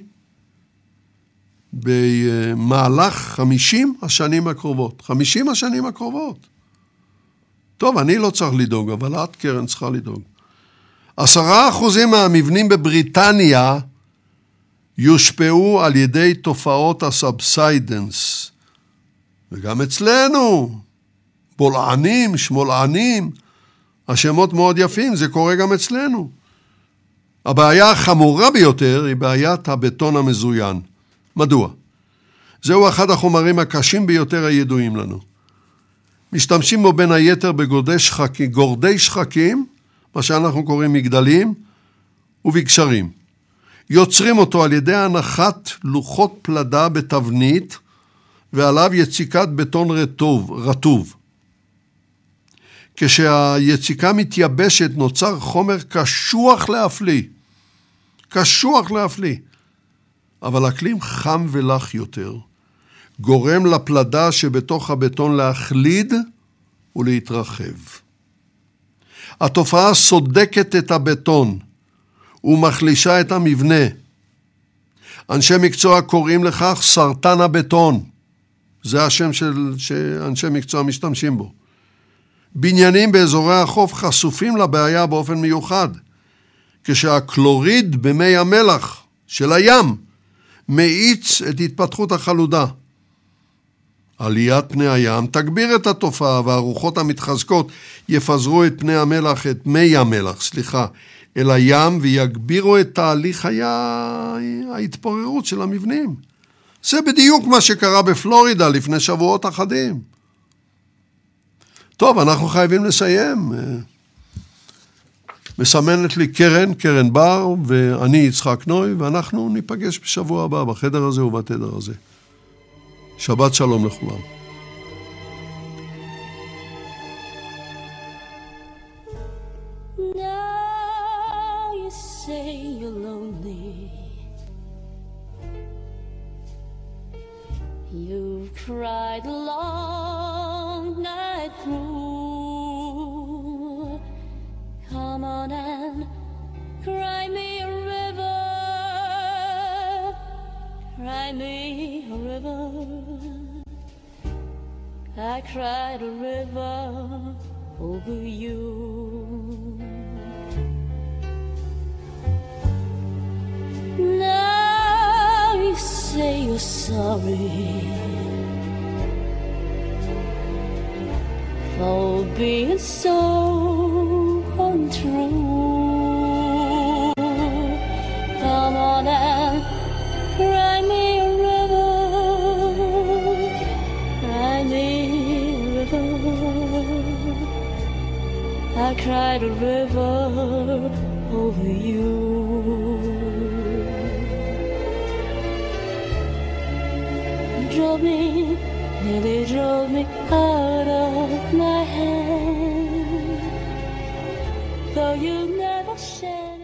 במהלך 50 השנים הקרובות. 50 השנים הקרובות. טוב, אני לא צריך לדאוג, אבל את קרן צריכה לדאוג. 10% מהמבנים בבריטניה יושפעו על ידי תופעות הסאבסיידנס. וגם אצלנו, בולענים, שמולענים, השמות מאוד יפים, זה קורה גם אצלנו. הבעיה החמורה ביותר היא בעיית הבטון המזוין. מדוע? זהו אחד החומרים הקשים ביותר הידועים לנו. משתמשים בו בין היתר גורדי שחקים, מה שאנחנו קוראים מגדלים, ובגשרים. יוצרים אותו על ידי הנחת לוחות פלדה בתבנית, ועליו יציקת בטון רטוב. כשהיציקה מתייבשת נוצר חומר קשוח להפליא. קשוח להפליא. אבל אקלים חם ולח יותר, גורם לפלדה שבתוך הבטון להחליד ולהתרחב. התופעה סודקת את הבטון ומחלישה את המבנה. אנשי מקצוע קוראים לכך סרטן הבטון. זה השם שאנשי מקצוע משתמשים בו. בניינים באזורי החוף חשופים לבעיה באופן מיוחד, כשהקלוריד במי המלח של הים מאיץ את התפתחות החלודה. עליית פני הים תגביר את התופעה, והרוחות המתחזקות יפזרו את מי המלח, אל הים, ויגבירו את תהליך ההתפוררות של המבנים. זה בדיוק מה שקרה בפלורידה לפני שבועות אחדים. טוב, אנחנו חייבים לסיים. מסמנת לי קרן בר, ואני יצחק נוי, ואנחנו ניפגש בשבוע הבא בחדר הזה ובתדר הזה. שבת שלום לכולם. Cried a long night through. Come on and cry me a river. Cry me a river. I cried a river over you. Now you say you're sorry for being so untrue. Come on and cry me a river. Cry me a river. I cried a river over you. Nearly drove me out of my hand, though you never shed